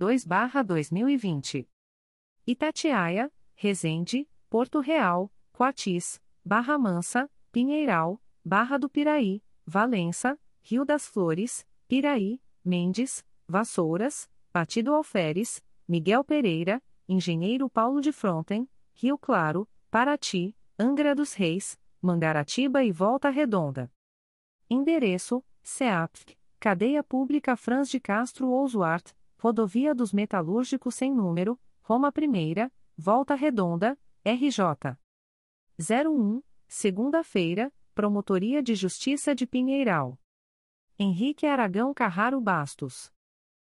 22/2020. Itatiaia, Resende, Porto Real, Coatis, Barra Mansa, Pinheiral, Barra do Piraí, Valença, Rio das Flores, Piraí, Mendes, Vassouras, Batido Alferes, Miguel Pereira, Engenheiro Paulo de Fronten, Rio Claro, Paraty, Angra dos Reis, Mangaratiba e Volta Redonda. Endereço: CEAPF, Cadeia Pública Franz de Castro Ousuart, Rodovia dos Metalúrgicos sem número, Roma I, Volta Redonda, RJ. 01, segunda-feira, Promotoria de Justiça de Pinheiral. Henrique Aragão Carraro Bastos.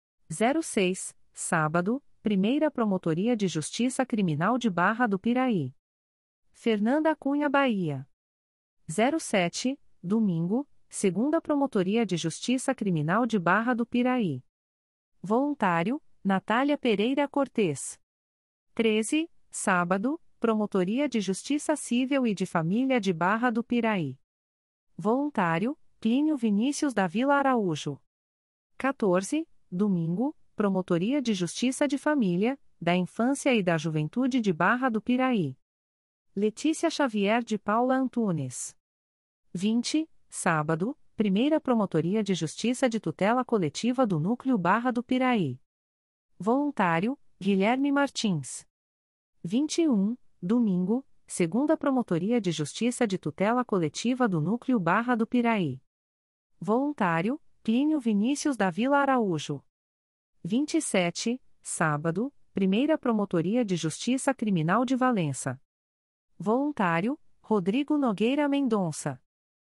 06, sábado, Primeira Promotoria de Justiça Criminal de Barra do Piraí. Fernanda Cunha Bahia. 07, domingo, Segunda Promotoria de Justiça Criminal de Barra do Piraí. Voluntário, Natália Pereira Cortês. 13, sábado, Promotoria de Justiça Civil e de Família de Barra do Piraí. Voluntário, Plínio Vinícius da Vila Araújo. 14, domingo, Promotoria de Justiça de Família, da Infância e da Juventude de Barra do Piraí. Letícia Xavier de Paula Antunes. 20, sábado, Primeira Promotoria de Justiça de Tutela Coletiva do Núcleo Barra do Piraí. Voluntário, Guilherme Martins. 21, domingo, Segunda Promotoria de Justiça de Tutela Coletiva do Núcleo Barra do Piraí. Voluntário, Plínio Vinícius da Vila Araújo. 27, sábado, Primeira Promotoria de Justiça Criminal de Valença. Voluntário, Rodrigo Nogueira Mendonça.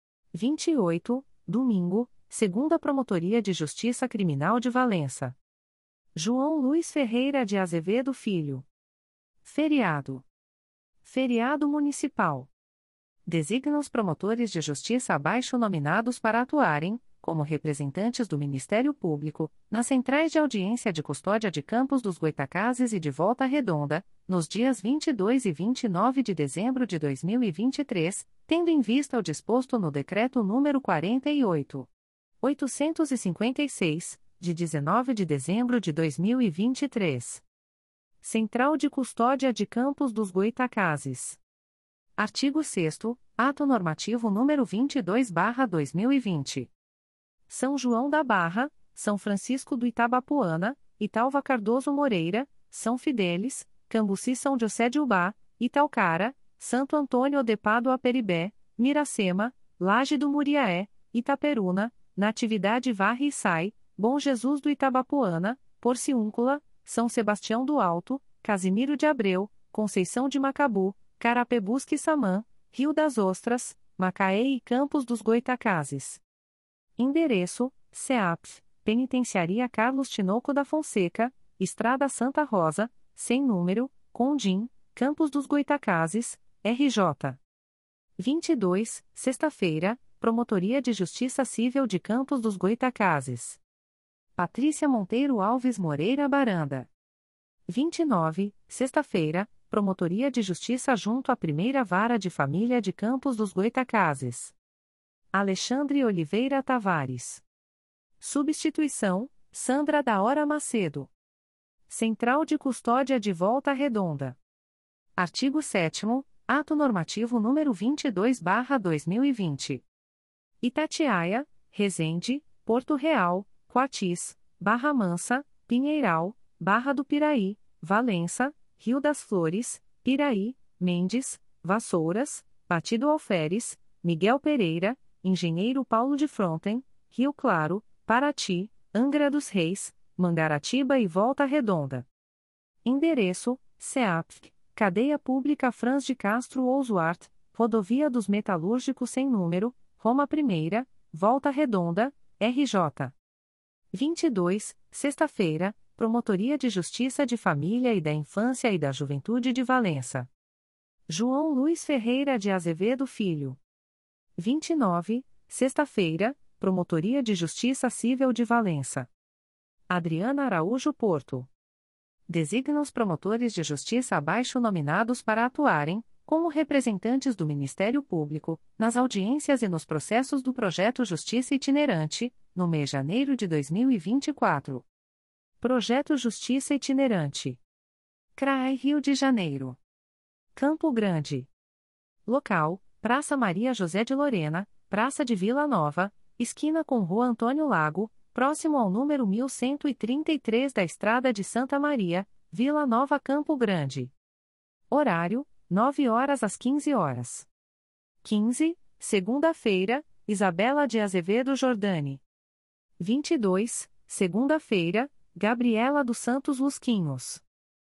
28, domingo, Segunda Promotoria de Justiça Criminal de Valença. João Luiz Ferreira de Azevedo Filho. Feriado. Feriado Municipal. Designa os promotores de justiça abaixo nominados para atuarem, como representantes do Ministério Público, nas centrais de audiência de custódia de Campos dos Goytacazes e de Volta Redonda, nos dias 22 e 29 de dezembro de 2023, tendo em vista o disposto no Decreto nº 48.856, de 19 de dezembro de 2023. Central de Custódia de Campos dos Goytacazes. Artigo 6º, Ato Normativo número 22/2020. São João da Barra, São Francisco do Itabapoana, Italva Cardoso Moreira, São Fidélis, Cambuci São José de Ubá, Italcara, Santo Antônio de Pádua Peribé, Miracema, Laje do Muriaé, Itaperuna, Natividade Varre e Sai, Bom Jesus do Itabapoana, Porciúncula, São Sebastião do Alto, Casimiro de Abreu, Conceição de Macabu, Carapebusca e Samã, Rio das Ostras, Macaé e Campos dos Goytacazes. Endereço: CEAPF, Penitenciaria Carlos Tinoco da Fonseca, Estrada Santa Rosa, sem número, Condim, Campos dos Goytacazes, RJ. 22, sexta-feira, Promotoria de Justiça Civil de Campos dos Goytacazes. Patrícia Monteiro Alves Moreira Baranda. 29, sexta-feira, Promotoria de Justiça junto à Primeira Vara de Família de Campos dos Goytacazes. Alexandre Oliveira Tavares. Substituição: Sandra da Hora Macedo. Central de Custódia de Volta Redonda. Artigo 7º, Ato Normativo número 22/2020. Itatiaia, Resende, Porto Real, Coatis, Barra Mansa, Pinheiral, Barra do Piraí, Valença, Rio das Flores, Piraí, Mendes, Vassouras, Batido Alferes, Miguel Pereira, Engenheiro Paulo de Fronten, Rio Claro, Paraty, Angra dos Reis, Mangaratiba e Volta Redonda. Endereço: CEAPF, Cadeia Pública Franz de Castro Ousuart, Rodovia dos Metalúrgicos sem número, Roma I, Volta Redonda, RJ. 22, sexta-feira, Promotoria de Justiça de Família e da Infância e da Juventude de Valença. João Luiz Ferreira de Azevedo Filho. 29, sexta-feira, Promotoria de Justiça Civil de Valença. Adriana Araújo Porto. Designa os promotores de justiça abaixo nominados para atuarem, como representantes do Ministério Público, nas audiências e nos processos do Projeto Justiça Itinerante, no mês de janeiro de 2024. Projeto Justiça Itinerante. CRAE Rio de Janeiro. Campo Grande. Local: Praça Maria José de Lorena, Praça de Vila Nova, esquina com Rua Antônio Lago, próximo ao número 1133 da Estrada de Santa Maria, Vila Nova, Campo Grande. Horário: 9 horas às 15 horas. 15, segunda-feira, Isabela de Azevedo Jordani. 22, segunda-feira, Gabriela dos Santos Lusquinhos.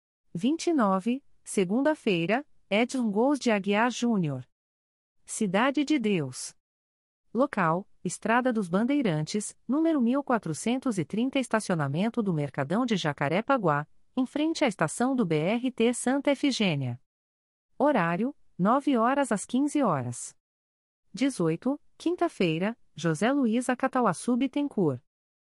29, segunda-feira, Edson Gous de Aguiar Júnior. Cidade de Deus. Local: Estrada dos Bandeirantes, número 1430, estacionamento do Mercadão de Jacarepaguá, em frente à estação do BRT Santa Efigênia. Horário: 9 horas às 15 horas. 18, quinta-feira, José Luiz Acatauaçu Bittencourt.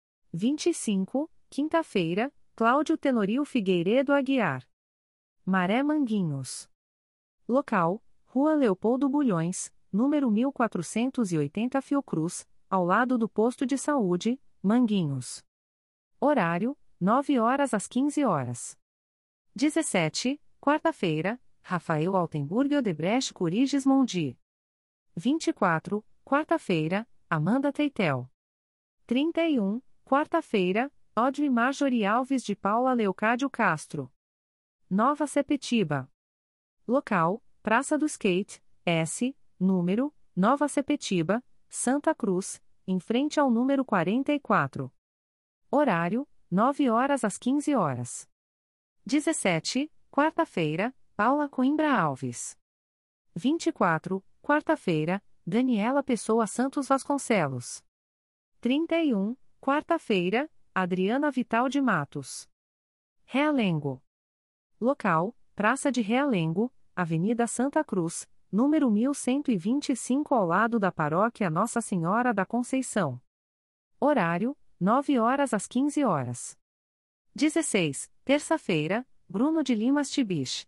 25, quinta-feira, Cláudio Tenorio Figueiredo Aguiar. Maré Manguinhos. Local: Rua Leopoldo Bulhões, número 1480 Fiocruz, ao lado do Posto de Saúde, Manguinhos. Horário: 9 horas às 15 horas. 17, quarta-feira, Rafael Altenburg Odebrecht Curiges Mondi. 24, quarta-feira, Amanda Teitel. 31, quarta-feira, Audrey Marjorie Alves de Paula Leocádio Castro. Nova Sepetiba. Local: Praça do Skate, S, número, Nova Sepetiba, Santa Cruz, em frente ao número 44. Horário: 9 horas às 15 horas. 17, quarta-feira, Paula Coimbra Alves. 24, quarta-feira, Daniela Pessoa Santos Vasconcelos. 31, quarta-feira, Adriana Vital de Matos. Realengo. Local: Praça de Realengo, Avenida Santa Cruz, número 1125, ao lado da Paróquia Nossa Senhora da Conceição. Horário: 9 horas às 15 horas. 16, terça-feira, Bruno de Limas Tibich.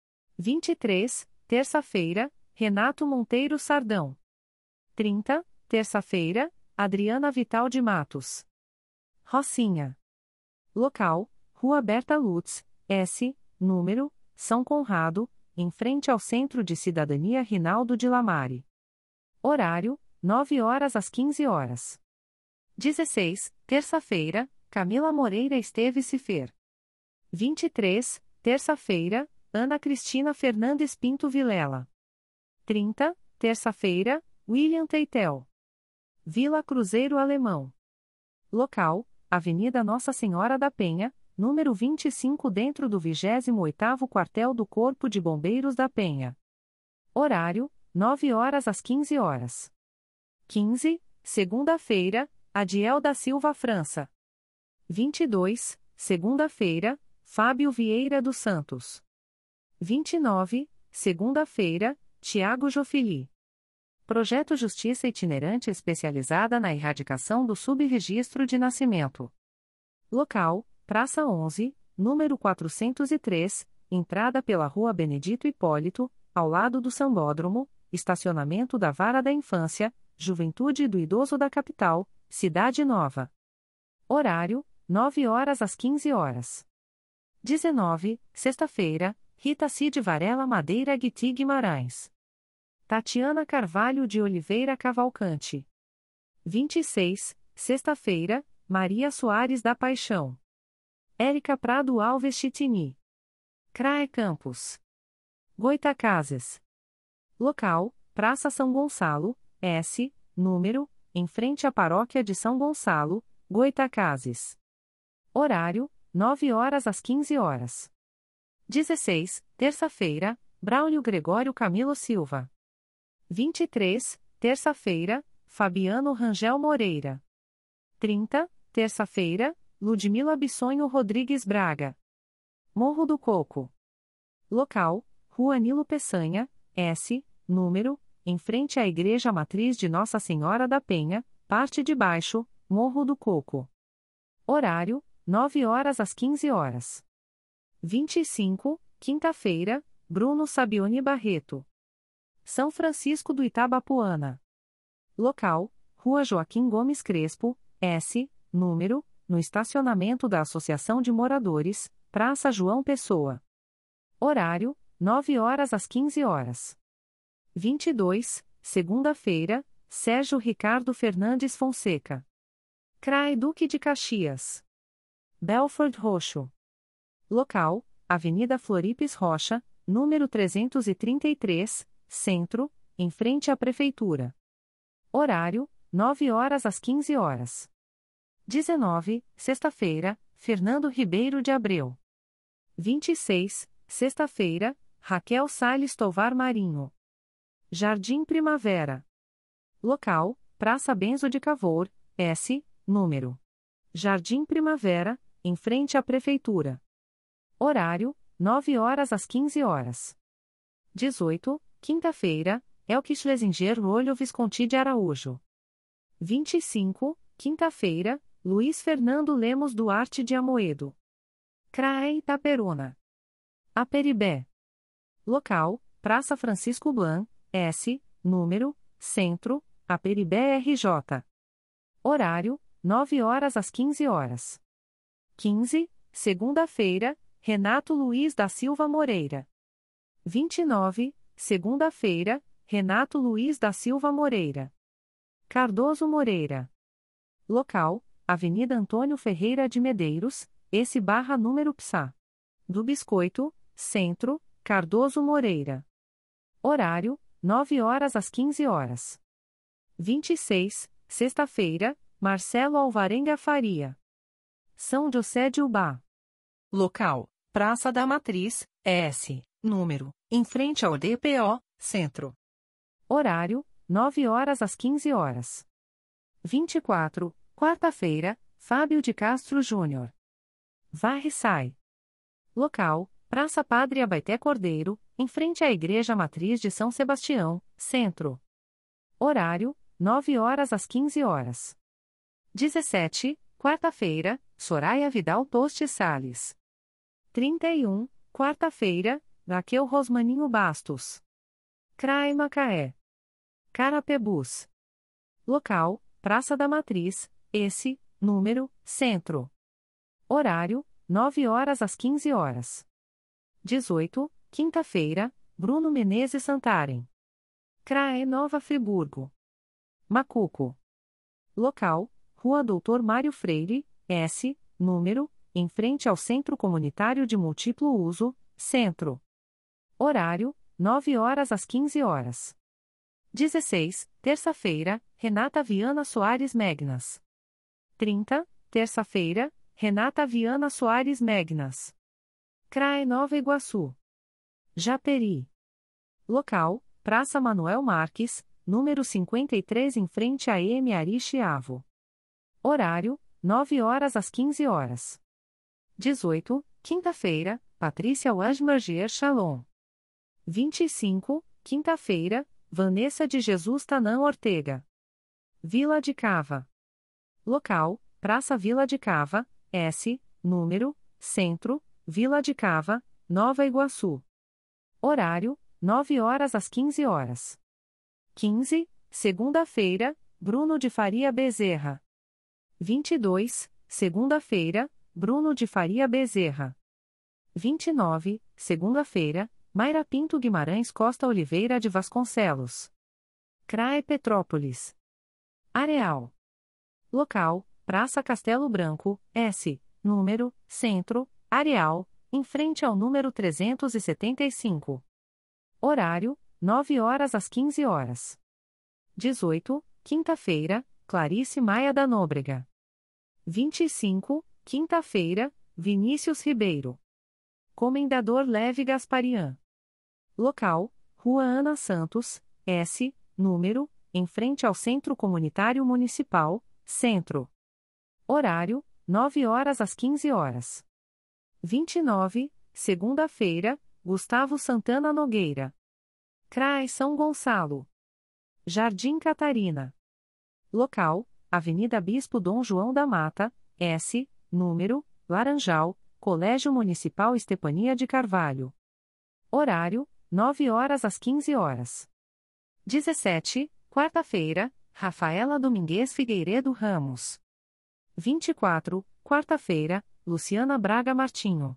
23, terça-feira, Renato Monteiro Sardão. 30, terça-feira, Adriana Vital de Matos. Rocinha. Local: Rua Berta Lutz, S, número, São Conrado, em frente ao Centro de Cidadania Rinaldo de Lamare. Horário: 9 horas às 15 horas. 16, terça-feira, Camila Moreira Esteves Cifer. 23, terça-feira, Ana Cristina Fernandes Pinto Vilela. 30, terça-feira, William Teitel. Vila Cruzeiro Alemão. Local: Avenida Nossa Senhora da Penha, número 25, dentro do 28º Quartel do Corpo de Bombeiros da Penha. Horário: 9 horas às 15 horas. 15, segunda-feira, Adiel da Silva França. 22, segunda-feira, Fábio Vieira dos Santos. 29, segunda-feira, Tiago Jofili. Projeto Justiça Itinerante especializada na erradicação do subregistro de nascimento. Local: Praça 11, número 403, entrada pela Rua Benedito Hipólito, ao lado do Sambódromo, estacionamento da Vara da Infância, Juventude do Idoso da Capital, Cidade Nova. Horário: 9 horas às 15 horas. 19, sexta-feira, Rita Cid Varela Madeira Guiti Guimarães. Tatiana Carvalho de Oliveira Cavalcante. 26, sexta-feira, Maria Soares da Paixão. Érica Prado Alves Chitini. CRAE Campos. Goitacazes. Local: Praça São Gonçalo, S, número, em frente à Paróquia de São Gonçalo, Goitacazes. Horário: 9 horas às 15 horas. 16, terça-feira, Braulio Gregório Camilo Silva. 23, terça-feira, Fabiano Rangel Moreira. 30, terça-feira, Ludmila Bissonho Rodrigues Braga. Morro do Coco. Local: Rua Nilo Peçanha, S, número, em frente à Igreja Matriz de Nossa Senhora da Penha, parte de baixo, Morro do Coco. Horário: 9 horas às 15 horas. 25, quinta-feira, Bruno Sabione Barreto. São Francisco do Itabapoana. Local: Rua Joaquim Gomes Crespo, S, número, no estacionamento da Associação de Moradores, Praça João Pessoa. Horário: 9 horas às 15 horas. 22, segunda-feira, Sérgio Ricardo Fernandes Fonseca. CRAE Duque de Caxias. Belford Roxo. Local: Avenida Floripes Rocha, número 333, Centro, em frente à Prefeitura. Horário: 9 horas às 15 horas. 19, sexta-feira, Fernando Ribeiro de Abreu. 26, sexta-feira, Raquel Salles Tovar Marinho. Jardim Primavera. Local: Praça Benzo de Cavour, S, número. Jardim Primavera, em frente à Prefeitura. Horário: 9 horas às 15 horas. 18, quinta-feira, Elke Schlesinger Olho Visconti de Araújo. 25, quinta-feira, Luiz Fernando Lemos Duarte de Amoedo. CRAE Itaperuna. Aperibé. Local: Praça Francisco Blanc, S, número, Centro, Aperibé RJ. Horário: 9 horas às 15 horas. 15, segunda-feira, Renato Luiz da Silva Moreira. 29, segunda-feira, Renato Luiz da Silva Moreira. Cardoso Moreira. Local: Avenida Antônio Ferreira de Medeiros, S/número PSA. Do Biscoito, Centro, Cardoso Moreira. Horário: 9 horas às 15 horas. 26, sexta-feira, Marcelo Alvarenga Faria. São José de Ubá. Local: Praça da Matriz, S, número, em frente ao DPO, Centro. Horário: 9 horas às 15 horas. 24, quarta-feira, Fábio de Castro Júnior. Varre-Sai. Local: Praça Padre Abaité Cordeiro, em frente à Igreja Matriz de São Sebastião, Centro. Horário: 9 horas às 15 horas. 17, quarta-feira, Soraya Vidal Toste Sales. 31, quarta-feira, Raquel Rosmaninho Bastos. CRAE Macaé. Carapebus. Local: Praça da Matriz, S, número, Centro. Horário: 9 horas às 15 horas. 18, quinta-feira, Bruno Menezes Santarem. CRAE Nova Friburgo. Macuco. Local: Rua Doutor Mário Freire, S, número, em frente ao Centro Comunitário de Múltiplo Uso, Centro. Horário: 9 horas às 15 horas. 16, terça-feira, Renata Viana Soares Megnas. 30, terça-feira, Renata Viana Soares Megnas. CRAE Nova Iguaçu. Japeri. Local: Praça Manuel Marques, número 53 em frente a EM Ari Chiavo. Horário: 9 horas às 15 horas. 18, quinta-feira, Patrícia Wajmergier Shalom. 25, quinta-feira, Vanessa de Jesus Tanã Ortega. Vila de Cava. Local: Praça Vila de Cava, S, número, Centro, Vila de Cava, Nova Iguaçu. Horário: 9 horas às 15 horas. 15, segunda-feira, Bruno de Faria Bezerra. 22, segunda-feira, Bruno de Faria Bezerra. 29, segunda-feira, Mayra Pinto Guimarães Costa Oliveira de Vasconcelos. CRAE Petrópolis. Areal. Local: Praça Castelo Branco, S, número, Centro, Areal, em frente ao número 375. Horário, 9 horas às 15 horas. 18, quinta-feira, Clarice Maia da Nóbrega. 25, quinta-feira, Vinícius Ribeiro. Comendador Leve Gasparian. Local, Rua Ana Santos, S, número, em frente ao Centro Comunitário Municipal, Centro. Horário, 9 horas às 15 horas. 29, segunda-feira, Gustavo Santana Nogueira. CRAE São Gonçalo. Jardim Catarina. Local, Avenida Bispo Dom João da Mata, S, número, Laranjal, Colégio Municipal Estepania de Carvalho. Horário, 9 horas às 15 horas. 17, quarta-feira, Rafaela Domingues Figueiredo Ramos. 24, quarta-feira, Luciana Braga Martinho.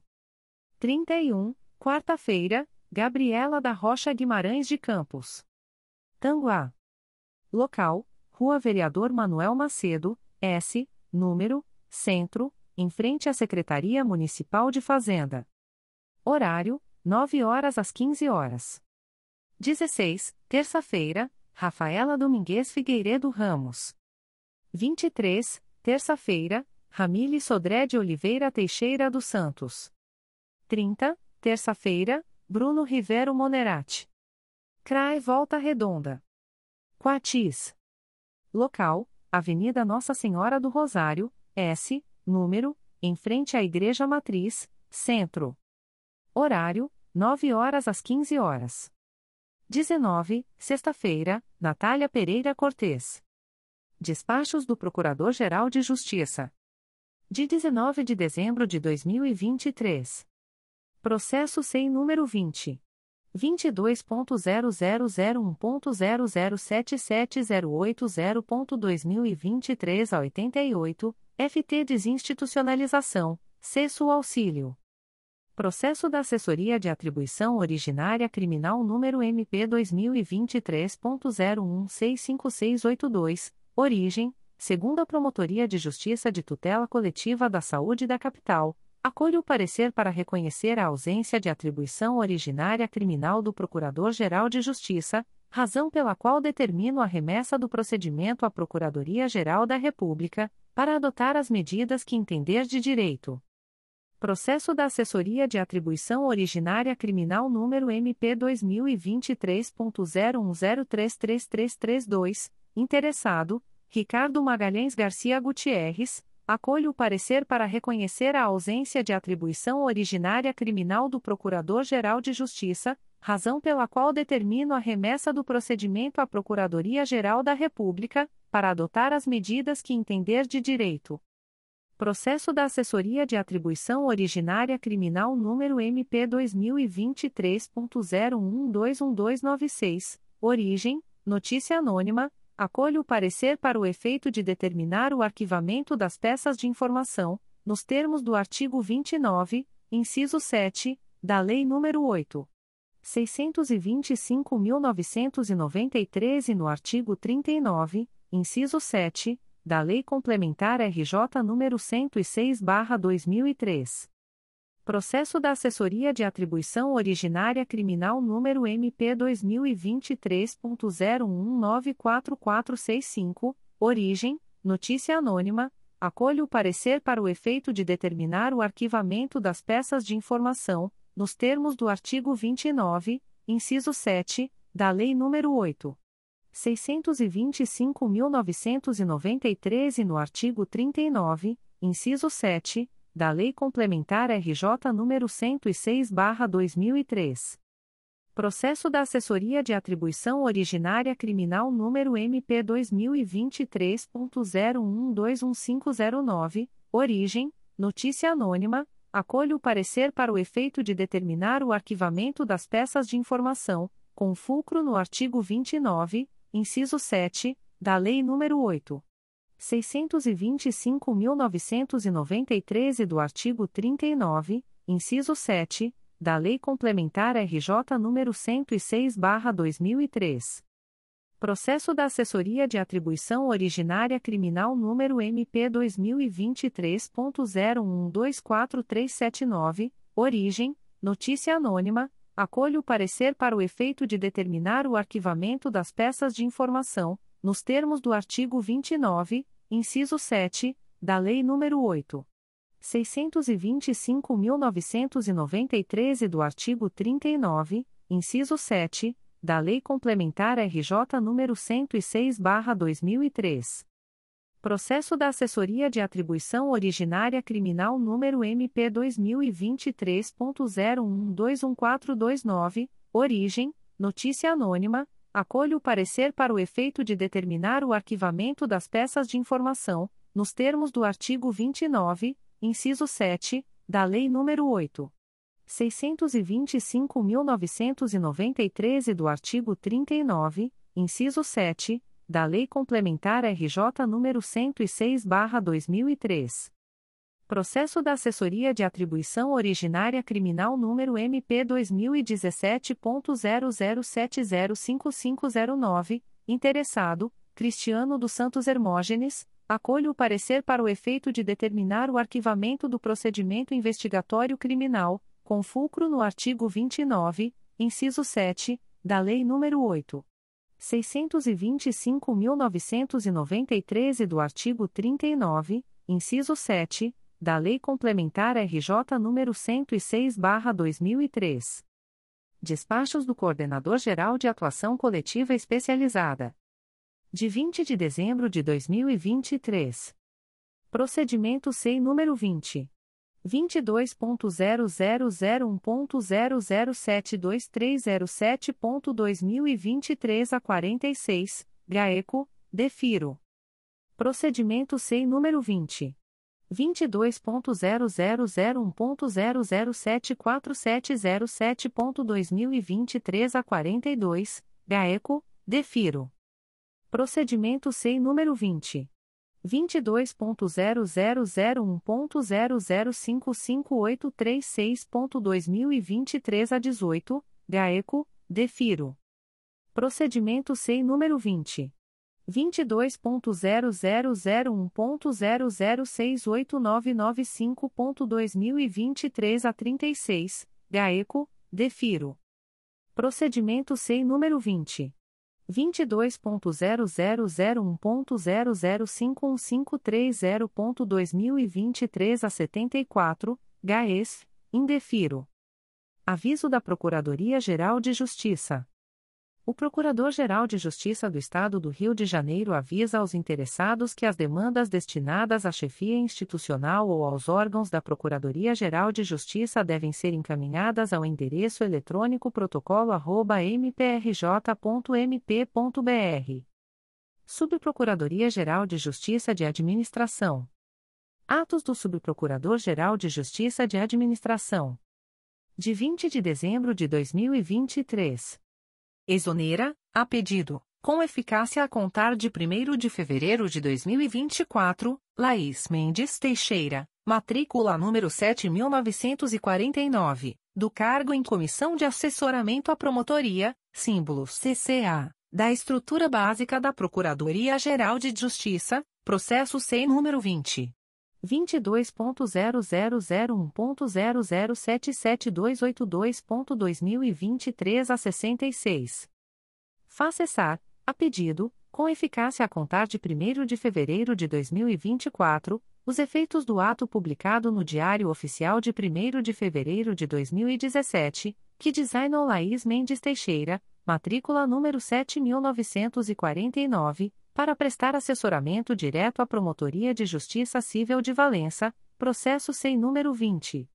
31, quarta-feira, Gabriela da Rocha Guimarães de Campos. Tanguá. Local, Rua Vereador Manuel Macedo, S, número, Centro, em frente à Secretaria Municipal de Fazenda. Horário, 9 horas às 15 horas. 16, terça-feira, Rafaela Domingues Figueiredo Ramos. 23, terça-feira, Ramile Sodré de Oliveira Teixeira dos Santos. 30, terça-feira, Bruno Rivero Monerati. CRAE Volta Redonda. Quatis. Local, Avenida Nossa Senhora do Rosário, S, número, em frente à Igreja Matriz, Centro. Horário, 9 horas às 15 horas. 19, sexta-feira, Natália Pereira Cortês. Despachos do Procurador-Geral de Justiça. De 19 de dezembro de 2023. Processo SEI número 20. 22.0001.0077080.2023 a 88, FT Desinstitucionalização, Cesso Auxílio. Processo da Assessoria de Atribuição Originária Criminal número MP 2023.01656682, origem, segunda Promotoria de Justiça de Tutela Coletiva da Saúde da Capital. Acolho o parecer para reconhecer a ausência de atribuição originária criminal do Procurador-Geral de Justiça, razão pela qual determino a remessa do procedimento à Procuradoria-Geral da República, para adotar as medidas que entender de direito. Processo da Assessoria de Atribuição Originária Criminal número MP 2023.01033332, interessado, Ricardo Magalhães Garcia Gutierrez. Acolho o parecer para reconhecer a ausência de atribuição originária criminal do Procurador-Geral de Justiça, razão pela qual determino a remessa do procedimento à Procuradoria-Geral da República, para adotar as medidas que entender de direito. Processo da Assessoria de Atribuição Originária Criminal número MP 2023.01121296, origem, notícia anônima. Acolho o parecer para o efeito de determinar o arquivamento das peças de informação, nos termos do artigo 29, inciso 7, da Lei nº 8. 625.993 e no artigo 39, inciso 7, da Lei Complementar RJ nº 106/2003. Processo da Assessoria de Atribuição Originária Criminal número MP 2023.01194465, origem, notícia anônima. Acolho o parecer para o efeito de determinar o arquivamento das peças de informação, nos termos do artigo 29, inciso 7, da Lei nº 8. 625.993 e no artigo 39, inciso 7, da Lei Complementar RJ nº 106/2003. Processo da Assessoria de Atribuição Originária Criminal número MP 2023.01215009, origem, notícia anônima. Acolho o parecer para o efeito de determinar o arquivamento das peças de informação, com fulcro no artigo 29, inciso 7, da Lei nº 8. 625.993 e do artigo 39, inciso 7, da Lei Complementar RJ nº 106/2003. Processo da Assessoria de Atribuição Originária Criminal número MP 2023.01124379, origem, notícia anônima, acolho o parecer para o efeito de determinar o arquivamento das peças de informação, nos termos do artigo 29, inciso 7, da Lei nº 8. 625.993 e do artigo 39, inciso 7, da Lei Complementar RJ nº 106/2003. Processo da Assessoria de Atribuição Originária Criminal número MP 2023.01214229, origem, notícia anônima, acolho o parecer para o efeito de determinar o arquivamento das peças de informação, nos termos do artigo 29, inciso 7, da Lei nº 8. 625.993 e do artigo 39, inciso 7, da Lei Complementar RJ nº 106/2003. Processo da Assessoria de Atribuição Originária Criminal número MP 2017.00705509, interessado, Cristiano dos Santos Hermógenes, acolho o parecer para o efeito de determinar o arquivamento do procedimento investigatório criminal, com fulcro no artigo 29, inciso 7, da Lei nº 8. 625.993 e do artigo 39, inciso 7, da Lei Complementar RJ nº 106/2003. Despachos do Coordenador-Geral de Atuação Coletiva Especializada. De 20 de dezembro de 2023. Procedimento SEI número 20. 22.0001.0072307.2023 a 46, GAECO, DEFIRO. Procedimento SEI número 20. 22.0001.0074707.2023 a 42, GAECO, DEFIRO. Procedimento SEI número 20. 22.0001.0055836.2023 a 18, GAECO, DEFIRO. Procedimento SEI número 20. 22.0001.0068995.2023 a 36, GAECO, DEFIRO. Procedimento SEI número 20. 22.0001.0051530.2023 a 74, GAES, indefiro. Aviso da Procuradoria-Geral de Justiça. O Procurador-Geral de Justiça do Estado do Rio de Janeiro avisa aos interessados que as demandas destinadas à chefia institucional ou aos órgãos da Procuradoria-Geral de Justiça devem ser encaminhadas ao endereço eletrônico protocolo@mprj.mp.br. Subprocuradoria-Geral de Justiça de Administração. Atos do Subprocurador-Geral de Justiça de Administração. De 20 de dezembro de 2023. Exonera, a pedido, com eficácia a contar de 1º de fevereiro de 2024, Laís Mendes Teixeira, matrícula número 7949, do cargo em Comissão de Assessoramento à Promotoria, símbolo CCA, da Estrutura Básica da Procuradoria-Geral de Justiça, processo SEI número 20. 22.0001.0077282.2023 a 66. Faz cessar, a pedido, com eficácia a contar de 1º de fevereiro de 2024, os efeitos do ato publicado no Diário Oficial de 1º de fevereiro de 2017, que designou Laís Mendes Teixeira, matrícula número 7949, para prestar assessoramento direto à Promotoria de Justiça Civil de Valença, processo SEI número 20.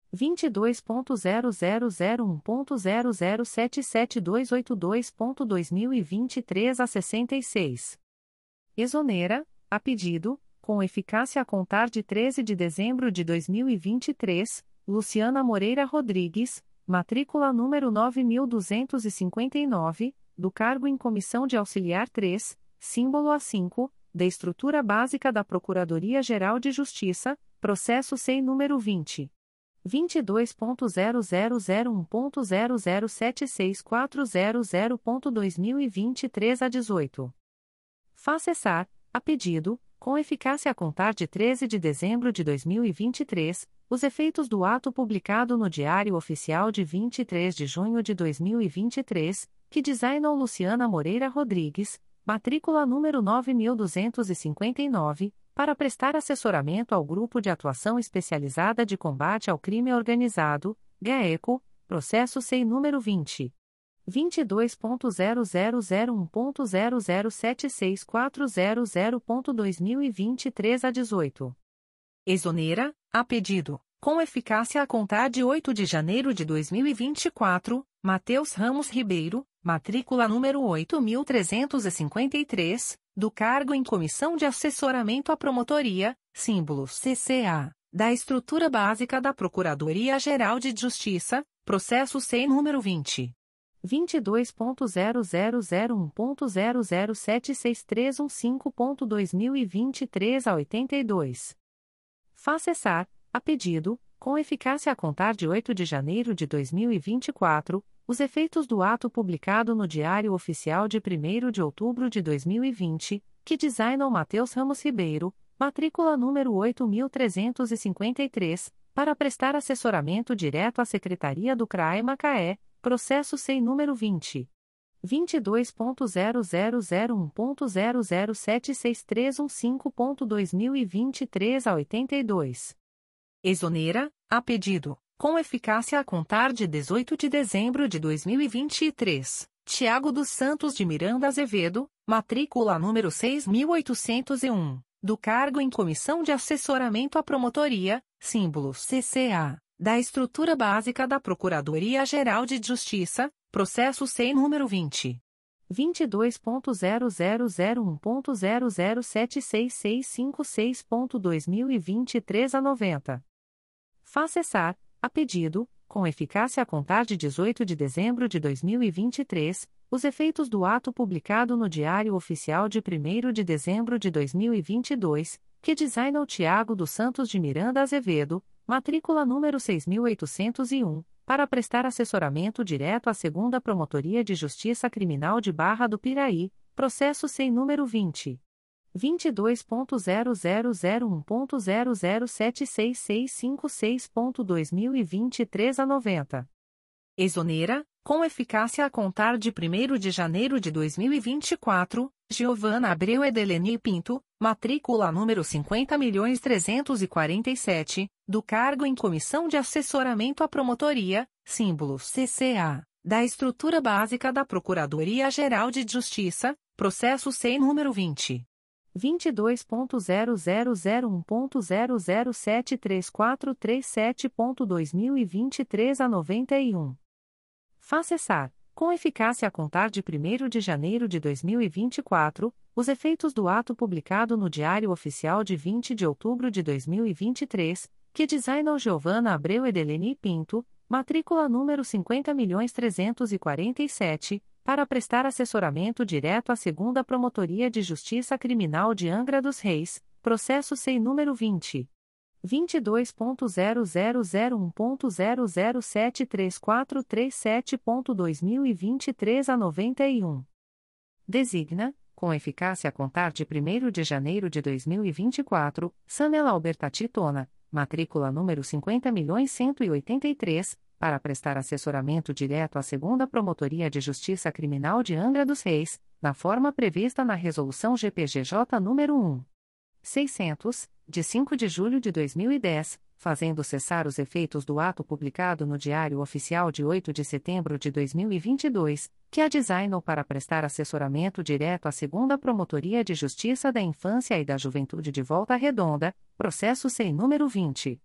22.0001.0077282.2023 a 66. Exonera, a pedido, com eficácia a contar de 13 de dezembro de 2023, Luciana Moreira Rodrigues, matrícula número 9259, do cargo em Comissão de Auxiliar 3, símbolo A5, da Estrutura Básica da Procuradoria-Geral de Justiça, processo SEI número 20. 22.0001.0076400.2023 a 18. Faz cessar, a pedido, com eficácia a contar de 13 de dezembro de 2023, os efeitos do ato publicado no Diário Oficial de 23 de junho de 2023, que designou Luciana Moreira Rodrigues, matrícula número 9259, para prestar assessoramento ao Grupo de Atuação Especializada de Combate ao Crime Organizado, GAECO, processo SEI número 20. 22.0001.0076400.2023 a 18. Exonera, a pedido, com eficácia a contar de 8 de janeiro de 2024, Matheus Ramos Ribeiro, matrícula número 8353, do cargo em Comissão de Assessoramento à Promotoria, símbolo CCA, da Estrutura Básica da Procuradoria-Geral de Justiça, processo SEI número 20. 22.0001.0076315.2023 a 82. Faz cessar, a pedido, com eficácia a contar de 8 de janeiro de 2024, os efeitos do ato publicado no Diário Oficial de 1º de outubro de 2020, que designou Matheus Ramos Ribeiro, matrícula número 8353, para prestar assessoramento direto à Secretaria do CRAE Macaé, processo SEI número 20. 22.0001.0076315.2023 a 82. Exonera, a pedido, com eficácia a contar de 18 de dezembro de 2023, Tiago dos Santos de Miranda Azevedo, matrícula número 6.801, do cargo em Comissão de Assessoramento à Promotoria, símbolo CCA, da Estrutura Básica da Procuradoria-Geral de Justiça, processo SEI número 20. 22.0001.0076656.2023 a 90. Faz cessar, a pedido, com eficácia a contar de 18 de dezembro de 2023, os efeitos do ato publicado no Diário Oficial de 1º de dezembro de 2022, que designou Tiago dos Santos de Miranda Azevedo, matrícula número 6.801, para prestar assessoramento direto à 2ª Promotoria de Justiça Criminal de Barra do Piraí, processo SEI número 20. 22.0001.0076656.2023 a 90. Exonera, com eficácia a contar de 1º de janeiro de 2024, Giovana Abreu Edeleni Pinto, matrícula número 50.347, do cargo em Comissão de Assessoramento à Promotoria, símbolo CCA, da Estrutura Básica da Procuradoria-Geral de Justiça, processo SEI número 20. 22.0001.0073437.2023 a 91. Faz cessar, com eficácia a contar de 1º de janeiro de 2024, os efeitos do ato publicado no Diário Oficial de 20 de outubro de 2023, que designou Giovana Abreu Edeleni Pinto, matrícula número 50.347, para prestar assessoramento direto à 2ª Promotoria de Justiça Criminal de Angra dos Reis, processo SEI número 20. 22.0001.0073437.2023 a 91. Designa, com eficácia a contar de 1º de janeiro de 2024, Samela Alberta Titona, matrícula número 50.183, para prestar assessoramento direto à 2ª Promotoria de Justiça Criminal de Angra dos Reis, na forma prevista na Resolução GPGJ nº 1.600, de 5 de julho de 2010, fazendo cessar os efeitos do ato publicado no Diário Oficial de 8 de setembro de 2022, que a designou para prestar assessoramento direto à 2ª Promotoria de Justiça da Infância e da Juventude de Volta Redonda, processo SEI número 20.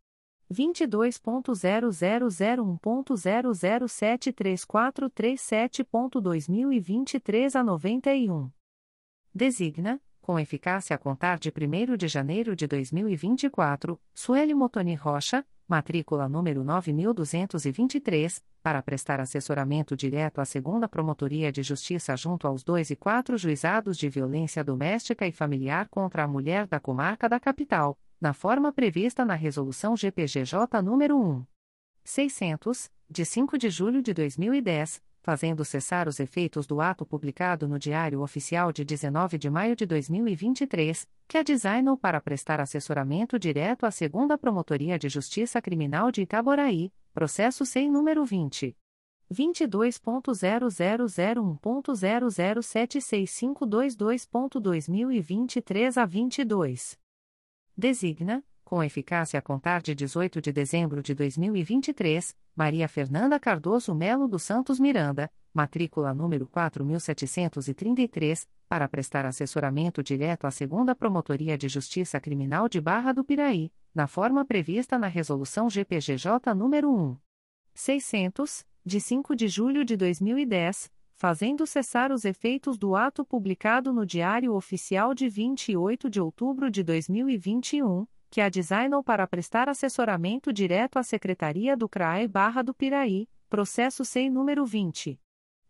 22.0001.0073437.2023 a 91. Designa, com eficácia a contar de 1º de janeiro de 2024, Sueli Motoni Rocha, matrícula número 9.223, para prestar assessoramento direto à 2ª Promotoria de Justiça junto aos 2 e 4 Juizados de Violência Doméstica e Familiar contra a Mulher da Comarca da Capital, na forma prevista na Resolução GPGJ nº 1. 600, de 5 de julho de 2010, fazendo cessar os efeitos do ato publicado no Diário Oficial de 19 de maio de 2023, que a designou para prestar assessoramento direto à Segunda Promotoria de Justiça Criminal de Itaboraí, processo SEI número 20. 22.0001.0076522.2023 a 22. Designa, com eficácia a contar de 18 de dezembro de 2023, Maria Fernanda Cardoso Melo dos Santos Miranda, matrícula número 4733, para prestar assessoramento direto à Segunda Promotoria de Justiça Criminal de Barra do Piraí, na forma prevista na Resolução GPGJ nº 1. 600, de 5 de julho de 2010, fazendo cessar os efeitos do ato publicado no Diário Oficial de 28 de outubro de 2021, que a designou para prestar assessoramento direto à Secretaria do CRAE Barra do Piraí, processo SEI número 20.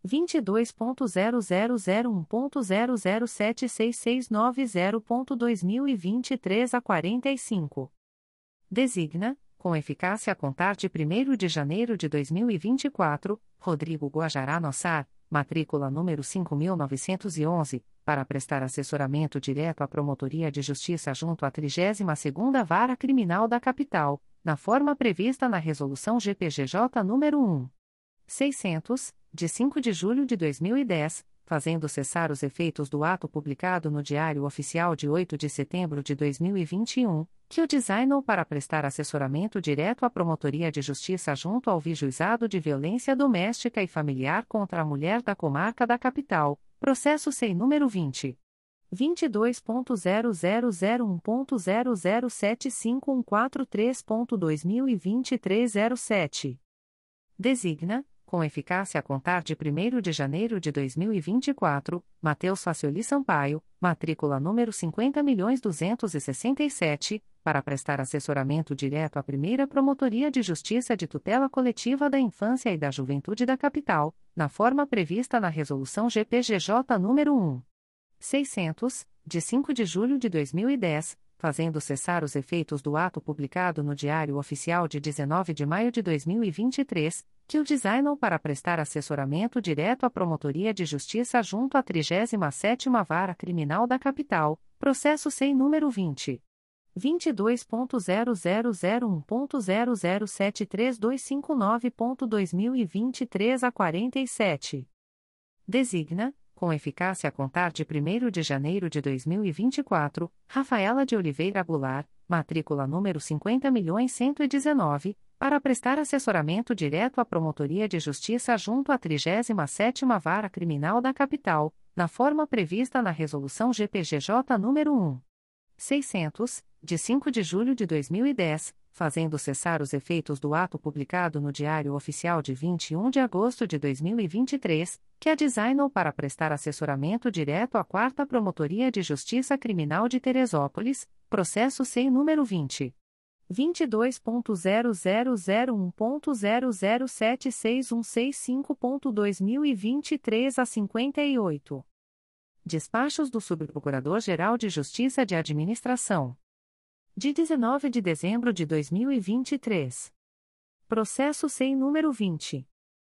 22.0001.0076690.2023 a 45. Designa, com eficácia a contar de 1º de janeiro de 2024, Rodrigo Guajará Nossar, matrícula número 5.911, para prestar assessoramento direto à Promotoria de Justiça junto à 32ª Vara Criminal da Capital, na forma prevista na Resolução GPGJ nº 1. 600, de 5 de julho de 2010, fazendo cessar os efeitos do ato publicado no Diário Oficial de 8 de setembro de 2021, que o designou para prestar assessoramento direto à Promotoria de Justiça junto ao Vijuizado de Violência Doméstica e Familiar contra a Mulher da Comarca da Capital, processo SEI número 20. 22.0001.0075143.2023 a 07. Designa, com eficácia a contar de 1º de janeiro de 2024, Matheus Facioli Sampaio, matrícula número 50.267, para prestar assessoramento direto à Primeira Promotoria de Justiça de Tutela Coletiva da Infância e da Juventude da Capital, na forma prevista na Resolução GPGJ nº 1. 600, de 5 de julho de 2010, fazendo cessar os efeitos do ato publicado no Diário Oficial de 19 de maio de 2023, que o designou para prestar assessoramento direto à Promotoria de Justiça junto à 37ª Vara Criminal da Capital, processo SEI número 20. 22.0001.0073259.2023 a 47. Designa, com eficácia a contar de 1º de janeiro de 2024, Rafaela de Oliveira Goulart, matrícula número 50.119, para prestar assessoramento direto à Promotoria de Justiça junto à 37ª Vara Criminal da Capital, na forma prevista na Resolução GPGJ nº 1. 600, de 5 de julho de 2010, fazendo cessar os efeitos do ato publicado no Diário Oficial de 21 de agosto de 2023, que a designou para prestar assessoramento direto à 4ª Promotoria de Justiça Criminal de Teresópolis, processo SEI número 20. 22.0001.0076165.2023 a 58. Despachos do Subprocurador-Geral de Justiça de Administração. De 19 de dezembro de 2023. Processo SEI número 20.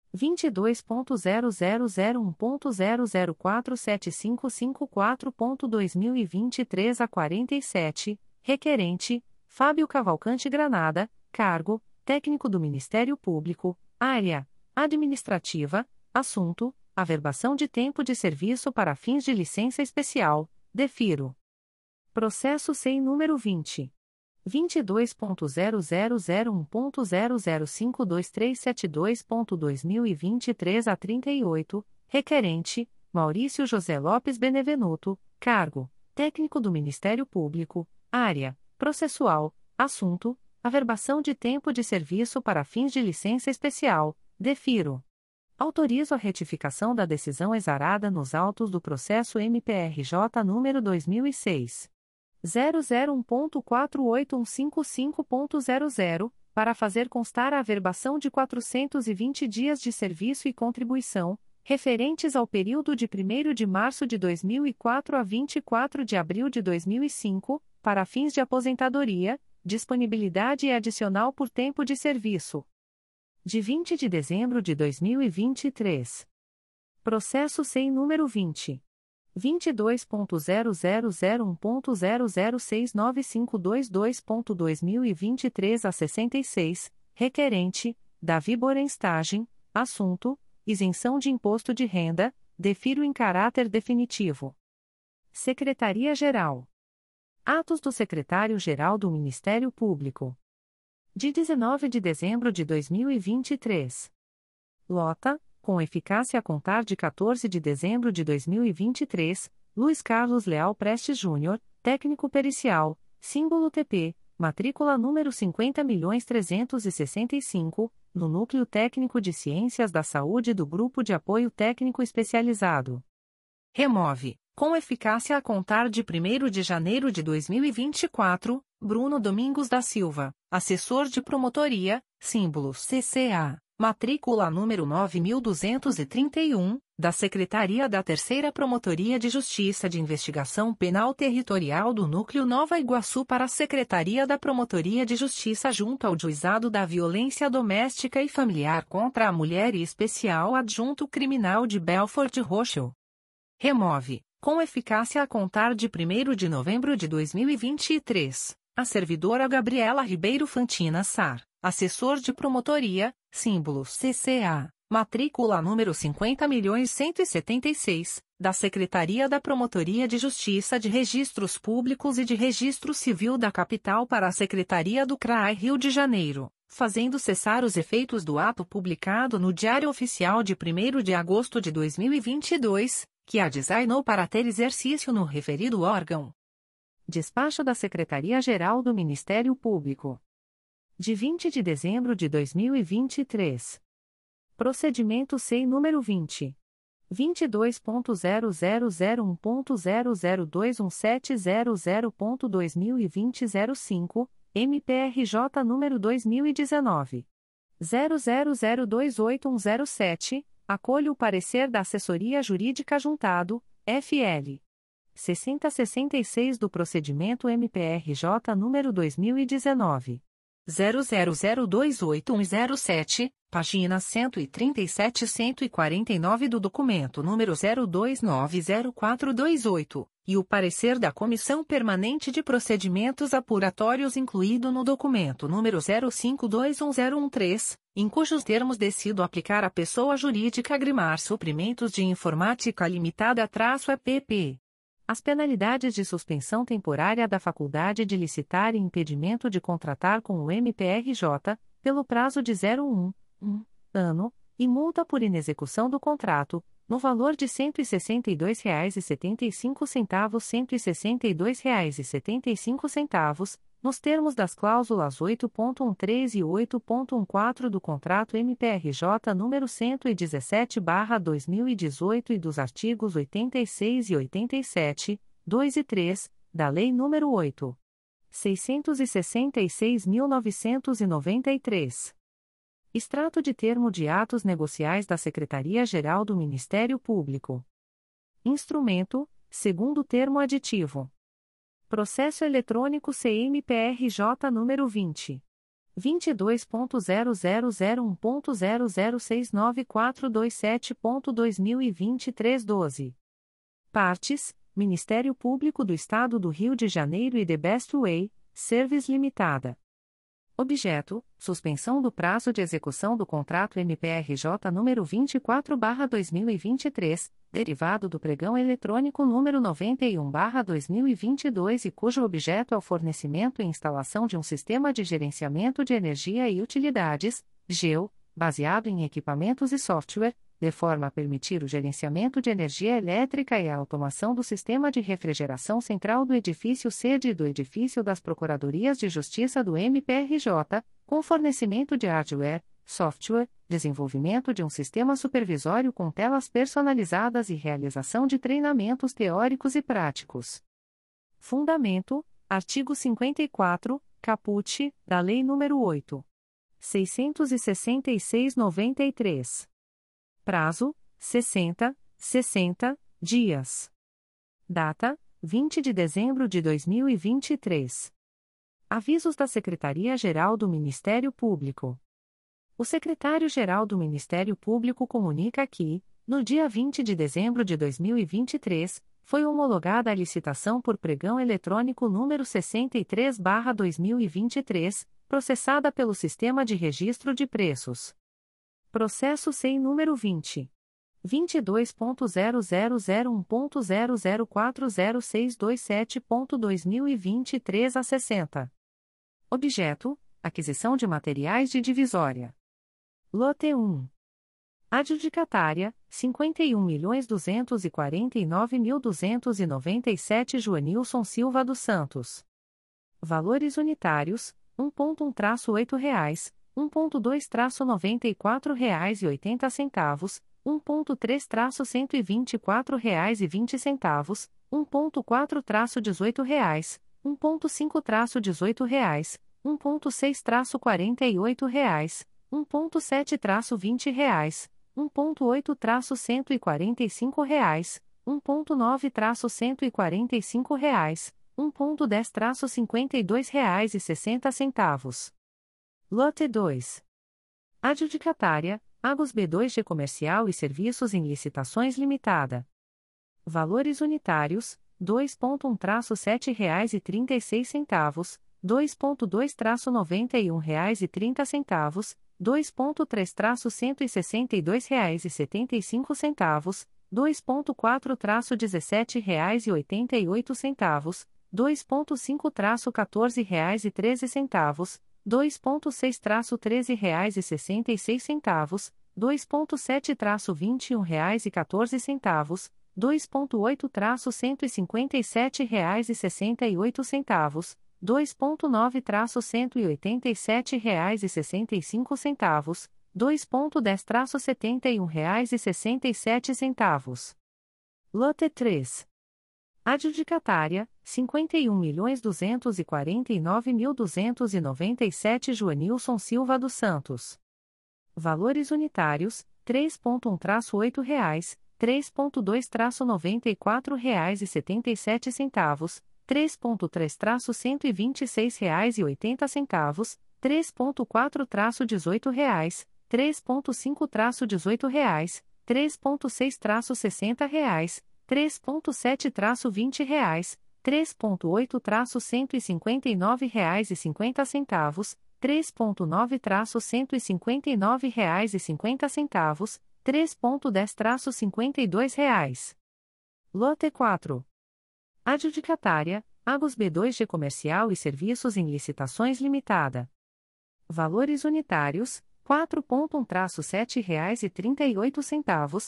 22.0001.0047554.2023 a 47, requerente, Fábio Cavalcante Granada, cargo, técnico do Ministério Público, área, administrativa, assunto, averbação de tempo de serviço para fins de licença especial, defiro. Processo SEI número 20. 22.0001.0052372.2023 a 38, requerente, Maurício José Lopes Benevenuto, cargo, técnico do Ministério Público, área, processual, assunto, averbação de tempo de serviço para fins de licença especial, defiro. Autorizo a retificação da decisão exarada nos autos do processo MPRJ número 2006. 001.48155.00, para fazer constar a averbação de 420 dias de serviço e contribuição, referentes ao período de 1º de março de 2004 a 24 de abril de 2005, para fins de aposentadoria, disponibilidade e adicional por tempo de serviço. de 20 de dezembro de 2023. Processo SEI número 20. 22.0001.0069522.2023 a 66, requerente, Davi Borenstagem, assunto, isenção de imposto de renda, defiro em caráter definitivo. Secretaria-Geral. Atos do Secretário-Geral do Ministério Público. De 19 de dezembro de 2023. Lota, com eficácia a contar de 14 de dezembro de 2023, Luiz Carlos Leal Prestes Júnior, técnico pericial, símbolo TP, matrícula número 50.365, no Núcleo Técnico de Ciências da Saúde do Grupo de Apoio Técnico Especializado. Remove, com eficácia a contar de 1º de janeiro de 2024, Bruno Domingos da Silva, assessor de promotoria, símbolo CCA. Matrícula número 9.231, da Secretaria da 3ª Promotoria de Justiça de Investigação Penal Territorial do Núcleo Nova Iguaçu para a Secretaria da Promotoria de Justiça junto ao Juizado da Violência Doméstica e Familiar contra a Mulher e Especial Adjunto Criminal de Belford Roxo. Remove, com eficácia a contar de 1º de novembro de 2023, a servidora Gabriela Ribeiro Fantina Sar, assessor de promotoria, símbolo CCA, matrícula número 50.176, da Secretaria da Promotoria de Justiça de Registros Públicos e de Registro Civil da Capital para a Secretaria do CRAI Rio de Janeiro, fazendo cessar os efeitos do ato publicado no Diário Oficial de 1º de agosto de 2022, que a designou para ter exercício no referido órgão. Despacho da Secretaria-Geral do Ministério Público. De 20 de dezembro de 2023. Procedimento SEI número 20. 22.0001.0021700.2020 05, MPRJ número 2019. 00028107, acolho o parecer da Assessoria Jurídica Juntado, FL. 6066 do procedimento MPRJ número 2019. 00028107, páginas 137 e 149 do documento número 02904228, e o parecer da Comissão Permanente de Procedimentos Apuratórios incluído no documento número 05210113, em cujos termos decido aplicar à pessoa jurídica Grimar Suprimentos de Informática Limitada-EPP. As penalidades de suspensão temporária da faculdade de licitar e impedimento de contratar com o MPRJ, pelo prazo de 1 ano, e multa por inexecução do contrato, no valor de R$ 162,75 R$ 162,75, nos termos das cláusulas 8.13 e 8.14 do contrato MPRJ número 117/2018 e dos artigos 86 e 87, 2 e 3, da Lei nº 8. 666.993. Extrato de termo de atos negociais da Secretaria-Geral do Ministério Público. Instrumento, segundo termo aditivo. Processo eletrônico CMPRJ número 20. 22.0001.0069427.2023 12. Partes: Ministério Público do Estado do Rio de Janeiro e The Best Way, Service Limitada. Objeto: suspensão do prazo de execução do contrato MPRJ número 24/2023, derivado do pregão eletrônico número 91/2022 e cujo objeto é o fornecimento e instalação de um sistema de gerenciamento de energia e utilidades, GEU, baseado em equipamentos e software, de forma a permitir o gerenciamento de energia elétrica e a automação do sistema de refrigeração central do edifício sede e do edifício das Procuradorias de Justiça do MPRJ, com fornecimento de hardware, software, desenvolvimento de um sistema supervisório com telas personalizadas e realização de treinamentos teóricos e práticos. Fundamento: artigo 54, caput, da Lei nº 8. 666/93. Prazo: 60 dias. Data: 20 de dezembro de 2023. Avisos da Secretaria-Geral do Ministério Público. O secretário-geral do Ministério Público comunica que, no dia 20 de dezembro de 2023, foi homologada a licitação por pregão eletrônico número 63/2023, processada pelo Sistema de Registro de Preços. Processo SEI número 20. 22.0001.0040627.2023 a 60. Objeto: aquisição de materiais de divisória. Lote 1. Adjudicatária: 51.249.297 Joanilson Silva dos Santos. Valores unitários: 1.1-8 reais, 1.2-94 reais e 80 centavos, 1.3-124 reais e 20 centavos, 1.4-18 reais, 1.5-18 reais, 1.6-48 reais, 1.7-20 reais, 1.8-145 reais, 1.9-145 reais, 1.10-52 reais e 60 centavos. Lote 2. Adjudicatária: Agos B2G Comercial e Serviços em Licitações Limitada. Valores unitários: 2.1-7 reais e 36 centavos, 2.2-91 reais e 30 centavos, 2.3-162 reais e 75 centavos, 2.4-17 reais e 88 centavos, 2.5-14 reais e 13 centavos, 2.6-13 reais e 66 centavos, 2.7-21 reais e 14 centavos, 2.8-157 reais e 68 centavos, 2.9-187 reais e 65 centavos, 2.10-71 reais e 67 centavos. Lote 3. Adjudicatária: 51.249.297 Joanilson Silva dos Santos. Valores unitários: 3.1-8 reais, 3.2-94 reais e 77 centavos, 3.3-126 reais e 80 centavos, 3.4-18 reais, 3.5-18 reais, 3.6-60 reais, 3.7-20 reais, 3.8-159 reais e 50 centavos, 3.9-159 reais e 50 centavos, 3.10-52 reais. Lote 4. Adjudicatária: Agos B2G Comercial e Serviços em Licitações Limitada. Valores unitários: 4.1-7 reais e 38 centavos,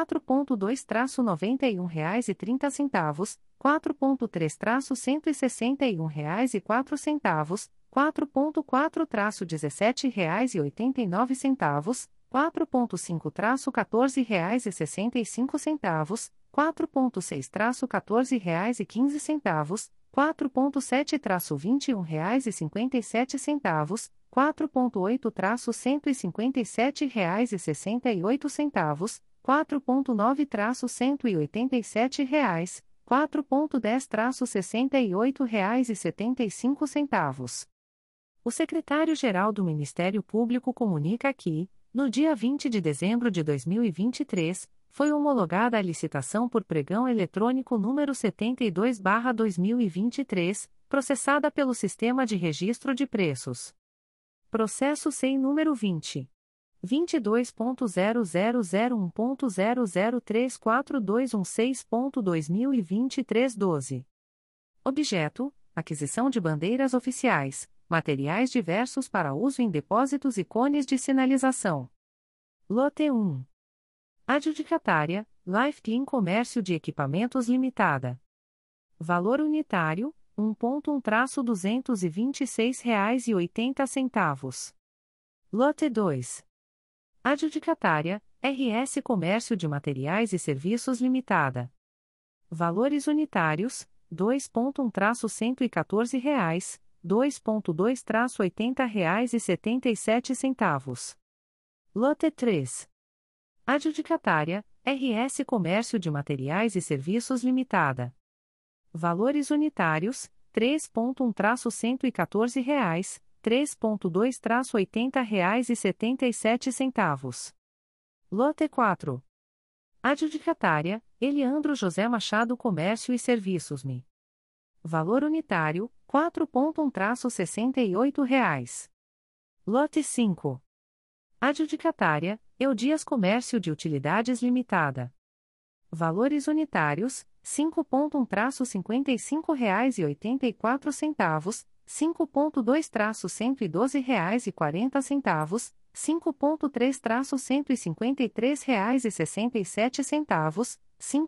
4.2-91 reais e 30 centavos, 4.3-161 reais e 4 centavos, 4.4-17 reais e 89 centavos, 4.5-14 reais e 65 centavos, 4.6-14 reais e 15 centavos, 4.7-21 reais e 57 centavos, 4.8-157 reais e 68 centavos, 4.9-187 reais, 4.10-68 reais e 75 centavos. O secretário-geral do Ministério Público comunica que, no dia 20 de dezembro de 2023, foi homologada a licitação por pregão eletrônico número 72/2023, processada pelo Sistema de Registro de Preços. Processo SEI número 20. 22.0001.0034216.2023 12. Objeto: aquisição de bandeiras oficiais, materiais diversos para uso em depósitos e cones de sinalização. Lote 1. Adjudicatária: Life Clean Comércio de Equipamentos Limitada. Valor unitário: 1.1-226 reais e 80 centavos. Lote 2. Adjudicatária: RS Comércio de Materiais e Serviços Limitada. Valores unitários: 2.1-114 reais, 2.2-80 reais e 77 centavos. Lote 3. Adjudicatária: RS Comércio de Materiais e Serviços Limitada. Valores unitários: 3.1-114 reais, R$ 3,2,80,77. Lote 4. Adjudicatária: Eliandro José Machado Comércio e Serviços MI. Valor unitário: R$ 4,68. Lote 5. Adjudicatária: Eudias Comércio de Utilidades Limitada. Valores unitários: R$ 5,55,84, 5,2-R$ 112,40, 5,3-R$ 153,67,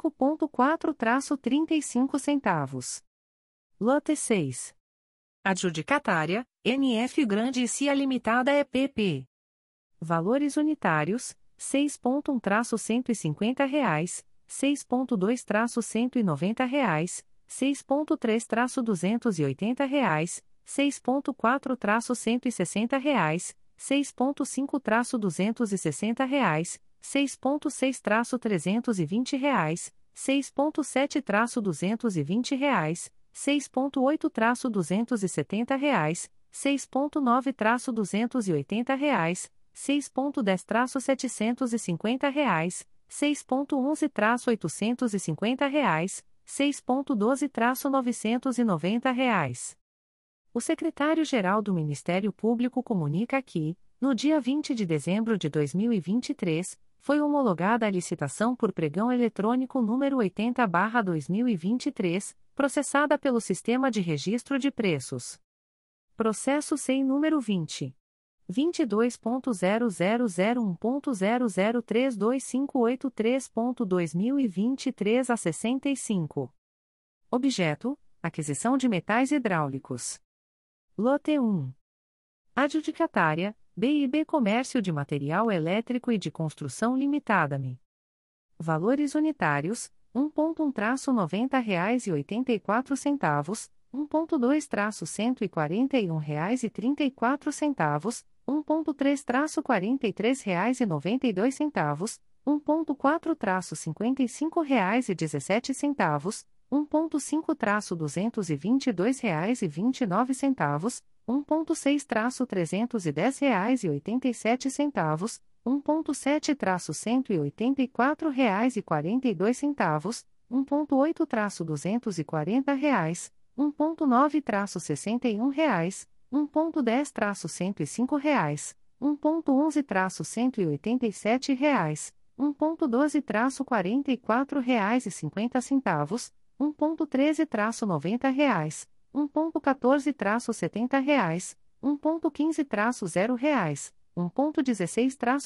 5,4-R$ 35. Lote 6. Adjudicatária: NF Grande e Cia Limitada EPP. Valores unitários: R$ 6,1-R$ 150, 6,2-R$ 190, 6,3-R$ 280, 6,4-R$ 160, 6,5-R$ 260, 6,6-R$ 320, 6,7-R$ 220, 6,8-R$ 270, 6,9-R$ 280, 6,10-R$ 750, 6,11-R$ 850, 6,12-R$ 990. O secretário-geral do Ministério Público comunica que, no dia 20 de dezembro de 2023, foi homologada a licitação por pregão eletrônico número 80/2023, processada pelo Sistema de Registro de Preços. Processo SEI número 20. 22.0001.0032583.2023 a 65. Objeto: aquisição de metais hidráulicos. Lote 1. Adjudicatária: BIB Comércio de Material Elétrico e de Construção Limitada MI. Valores unitários: R$ 1,90,84, 1,2-R$ 141,34, 1,3-R$ 43,92, 1,4-R$ 55,17, 1,5-R$ 222,29, 1,6-R$ 310,87, 1,7-R$ 184,42, 1,8-R$ 240, 1,9-R$ 61, 1,10-R$ 105, 1,11-R$ 187, 1,12-R$ 44,50, 1,13-R$ 90, 1,14-R$ 70, 1,15-R$ 0, 1,16-R$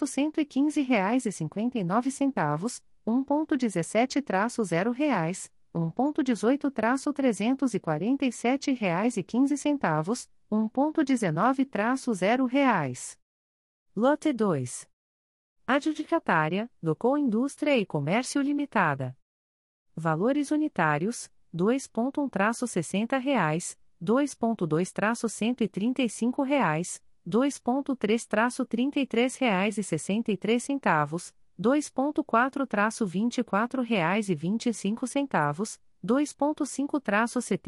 115,59, 1,17-R$ 0, 1,18-R$ 347,15, 1,19-R$ 0. Lote 2. Adjudicatária: Docou Indústria e Comércio Limitada. Valores unitários: R$ 2,1-R$ 60, 2,2-R$ 135, 2,3-R$ 33,63, 2,4-R$ 24,25, 2,5-R$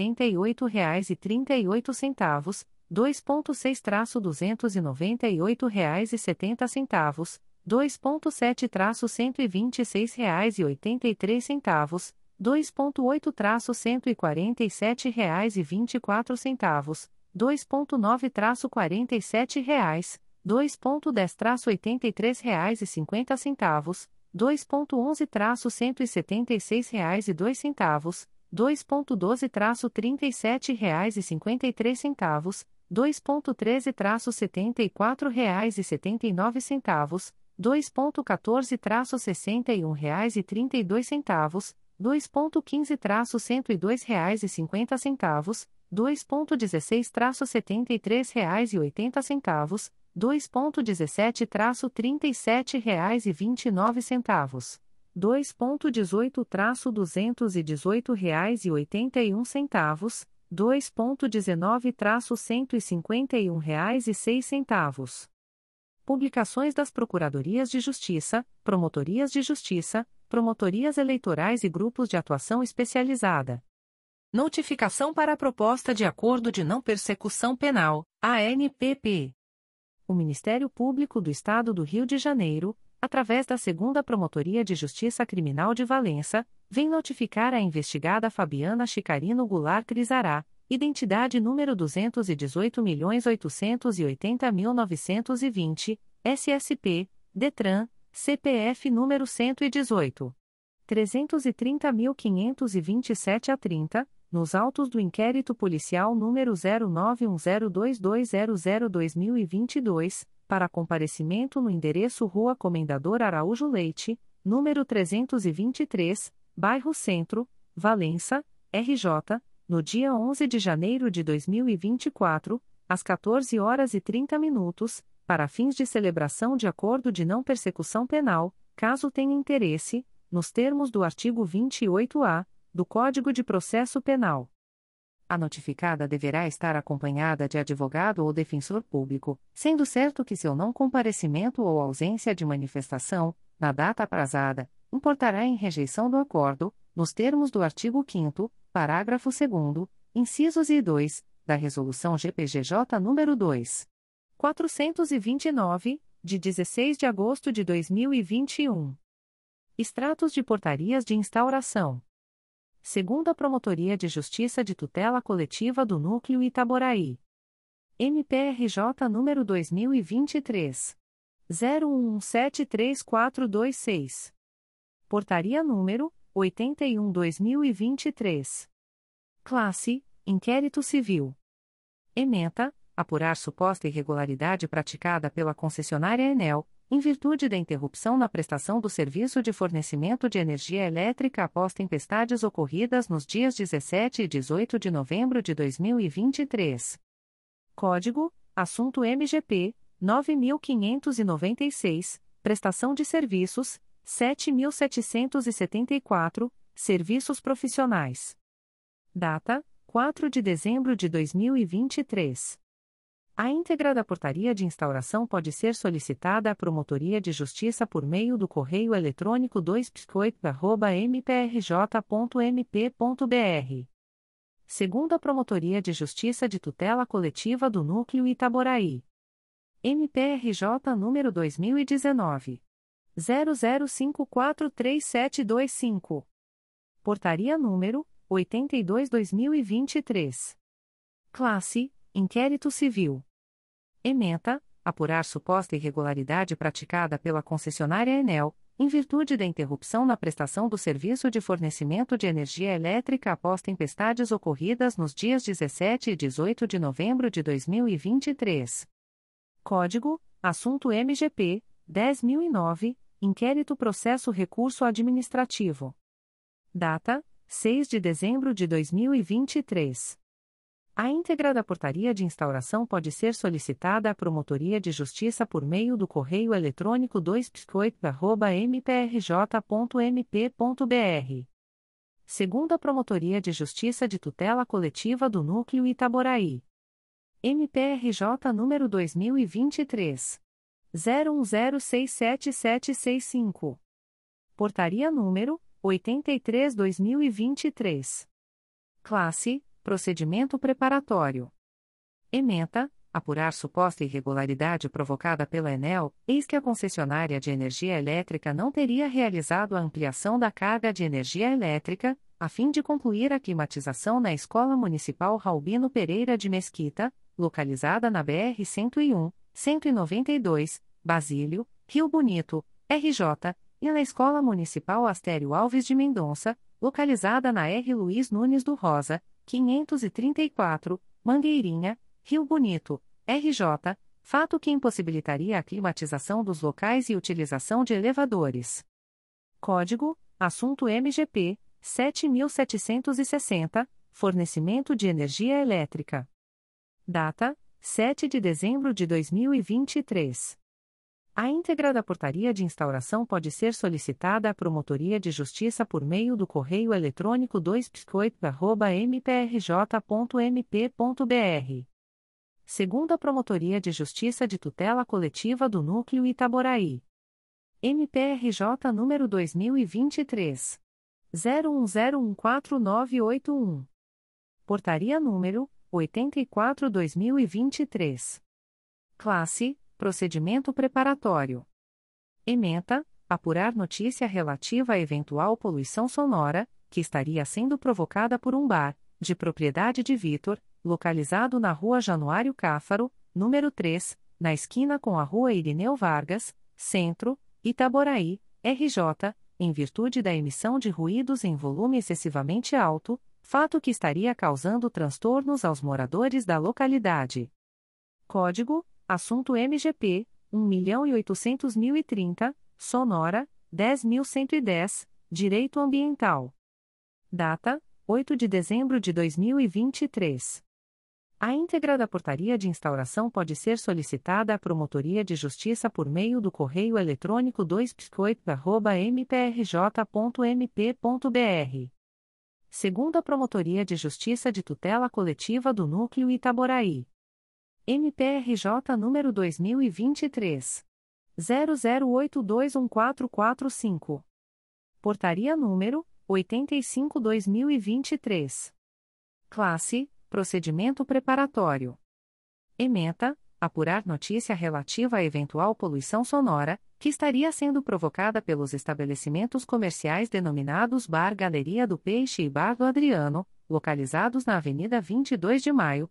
78,38, 2,6-R$ 298,70, 2,7-R$ 126,83, 2,8-R$ 147,24, 2,9-R$ 47, 2,10-R$ 83,50, 2,11-R$ 176,02, 2,12-R$ 37,53, 2,13-R$ 74,79, 2,14-R$ 61,32, 2,15-R$ 102,50, 2,16-R$ 73,80, 2,17-R$ 37,29, 2,18-R$ 218,81, 2,19-R$ 151,06. Publicações das Procuradorias de Justiça, Promotorias de Justiça, Promotorias Eleitorais e Grupos de Atuação Especializada. Notificação para a Proposta de Acordo de Não Persecução Penal, ANPP. O Ministério Público do Estado do Rio de Janeiro, através da 2ª Promotoria de Justiça Criminal de Valença, vem notificar a investigada Fabiana Chicarino Goulart Crisará, identidade número 218.880.920, SSP, DETRAN, CPF número 118. 330.527 a 30, nos autos do inquérito policial número 091022002022, para comparecimento no endereço Rua Comendador Araújo Leite, número 323, Bairro Centro, Valença, RJ, no dia 11 de janeiro de 2024, às 14h30, para fins de celebração de acordo de não persecução penal, caso tenha interesse, nos termos do artigo 28-A do Código de Processo Penal. A notificada deverá estar acompanhada de advogado ou defensor público, sendo certo que seu não comparecimento ou ausência de manifestação, na data aprazada, importará em rejeição do acordo, nos termos do artigo 5º, parágrafo 2º, incisos I e 2, da Resolução GPGJ nº 2. 429, de 16 de agosto de 2021. Extratos de portarias de instauração. 2ª Promotoria de Justiça de Tutela Coletiva do Núcleo Itaboraí. MPRJ número 2023 01173426. Portaria número 81/2023. Classe: Inquérito Civil. Ementa: apurar suposta irregularidade praticada pela concessionária Enel, em virtude da interrupção na prestação do serviço de fornecimento de energia elétrica após tempestades ocorridas nos dias 17 e 18 de novembro de 2023. Código: Assunto MGP 9596, Prestação de Serviços 7774, Serviços Profissionais. Data: 4 de dezembro de 2023. A íntegra da portaria de instauração pode ser solicitada à Promotoria de Justiça por meio do correio eletrônico 2psicoip@mprj.mp.br. 2ª Promotoria de Justiça de Tutela Coletiva do Núcleo Itaboraí. MPRJ número 2019 00543725. Portaria número 82/2023. Classe: Inquérito Civil. Ementa: apurar suposta irregularidade praticada pela concessionária Enel, em virtude da interrupção na prestação do serviço de fornecimento de energia elétrica após tempestades ocorridas nos dias 17 e 18 de novembro de 2023. Código: Assunto MGP 10.009, Inquérito Processo Recurso Administrativo. Data: 6 de dezembro de 2023. A íntegra da portaria de instauração pode ser solicitada à Promotoria de Justiça por meio do correio eletrônico 2psicoip@mprj.mp.br. 2ª Promotoria de Justiça de Tutela Coletiva do Núcleo Itaboraí. MPRJ número 2023 01067765. Portaria número 83/2023. Classe: Procedimento preparatório. Ementa: apurar suposta irregularidade provocada pela Enel, eis que a concessionária de energia elétrica não teria realizado a ampliação da carga de energia elétrica, a fim de concluir a climatização na Escola Municipal Raubino Pereira de Mesquita, localizada na BR-101, 192, Basílio, Rio Bonito, RJ, e na Escola Municipal Astério Alves de Mendonça, localizada na R. Luiz Nunes do Rosa, 534, Mangueirinha, Rio Bonito, RJ, fato que impossibilitaria a climatização dos locais e utilização de elevadores. Código: Assunto MGP 7760, Fornecimento de energia elétrica. Data: 7 de dezembro de 2023. A íntegra da portaria de instauração pode ser solicitada à Promotoria de Justiça por meio do correio eletrônico 2psicoip@mprj.mp.br. 2ª Promotoria de Justiça de Tutela Coletiva do Núcleo Itaboraí. MPRJ número 2023 01014981. Portaria número 84/2023. Classe: Procedimento preparatório. Ementa: apurar notícia relativa à eventual poluição sonora, que estaria sendo provocada por um bar, de propriedade de Vitor, localizado na Rua Januário Cáfaro, número 3, na esquina com a Rua Irineu Vargas, Centro, Itaboraí, RJ, em virtude da emissão de ruídos em volume excessivamente alto, fato que estaria causando transtornos aos moradores da localidade. Código: Assunto MGP 1.800.030, Sonora 10.110, Direito Ambiental. Data: 8 de dezembro de 2023. A íntegra da portaria de instauração pode ser solicitada à Promotoria de Justiça por meio do correio eletrônico 2psicoip@mprj.mp.br. Segunda Promotoria de Justiça de Tutela Coletiva do Núcleo Itaboraí. MPRJ número 2023 00821445. Portaria número 85/2023. Classe: Procedimento preparatório. Ementa: apurar notícia relativa à eventual poluição sonora, que estaria sendo provocada pelos estabelecimentos comerciais denominados Bar Galeria do Peixe e Bar do Adriano, localizados na Avenida 22 de Maio,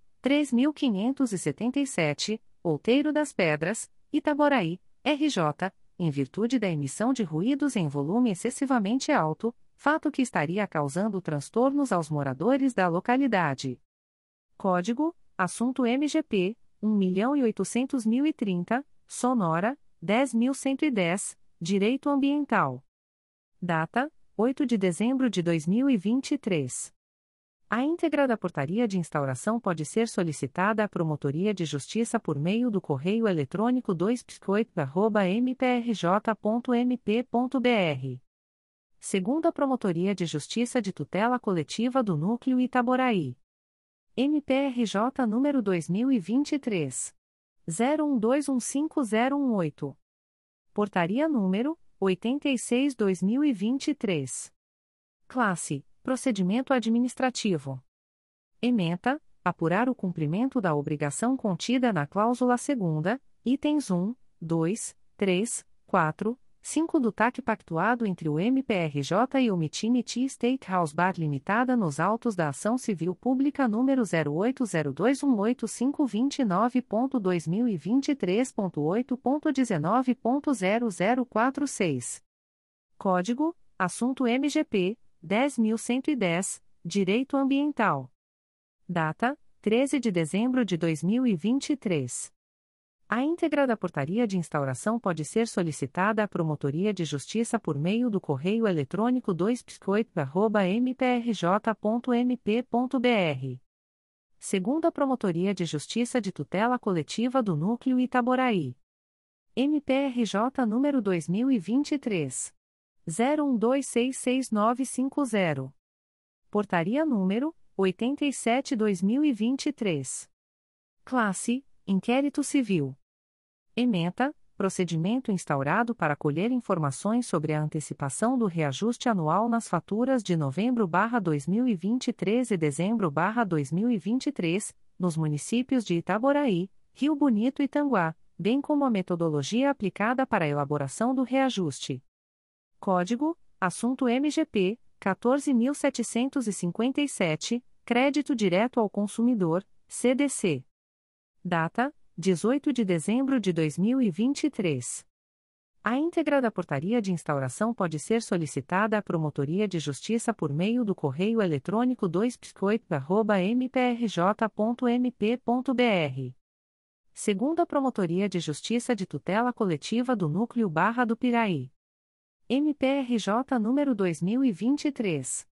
3577, Outeiro das Pedras, Itaboraí, RJ, em virtude da emissão de ruídos em volume excessivamente alto, fato que estaria causando transtornos aos moradores da localidade. Código: Assunto MGP 1.800.030, Sonora 10.110, Direito Ambiental. Data: 8 de dezembro de 2023. A íntegra da portaria de instauração pode ser solicitada à Promotoria de Justiça por meio do correio eletrônico 2psicoip@mprj.mp.br. Segunda Promotoria de Justiça de Tutela Coletiva do Núcleo Itaboraí. MPRJ número 2023 01215018. Portaria número 86/2023. Classe: Procedimento administrativo. Ementa: apurar o cumprimento da obrigação contida na cláusula 2ª, itens 1, 2, 3, 4, 5 do TAC pactuado entre o MPRJ e o Mitinity Steakhouse Bar Limitada nos autos da ação civil pública número 080218529.2023.8.19.0046. Código: Assunto MGP 10.110, Direito Ambiental. Data: 13 de dezembro de 2023. A íntegra da portaria de instauração pode ser solicitada à Promotoria de Justiça por meio do correio eletrônico 2psicoip@mprj.mp.br. Segunda Promotoria de Justiça de Tutela Coletiva do Núcleo Itaboraí. MPRJ número 2023 01266950. Portaria número 87/2023. Classe: Inquérito Civil. Ementa: procedimento instaurado para colher informações sobre a antecipação do reajuste anual nas faturas de novembro/2023 e dezembro/2023, nos municípios de Itaboraí, Rio Bonito e Tanguá, bem como a metodologia aplicada para a elaboração do reajuste. Código: Assunto MGP 14.757, Crédito Direto ao Consumidor, CDC. Data: 18 de dezembro de 2023. A íntegra da portaria de instauração pode ser solicitada à Promotoria de Justiça por meio do correio eletrônico 2psicoip@mprj.mp.br. Segunda Promotoria de Justiça de Tutela Coletiva do Núcleo Barra do Piraí. MPRJ número 2023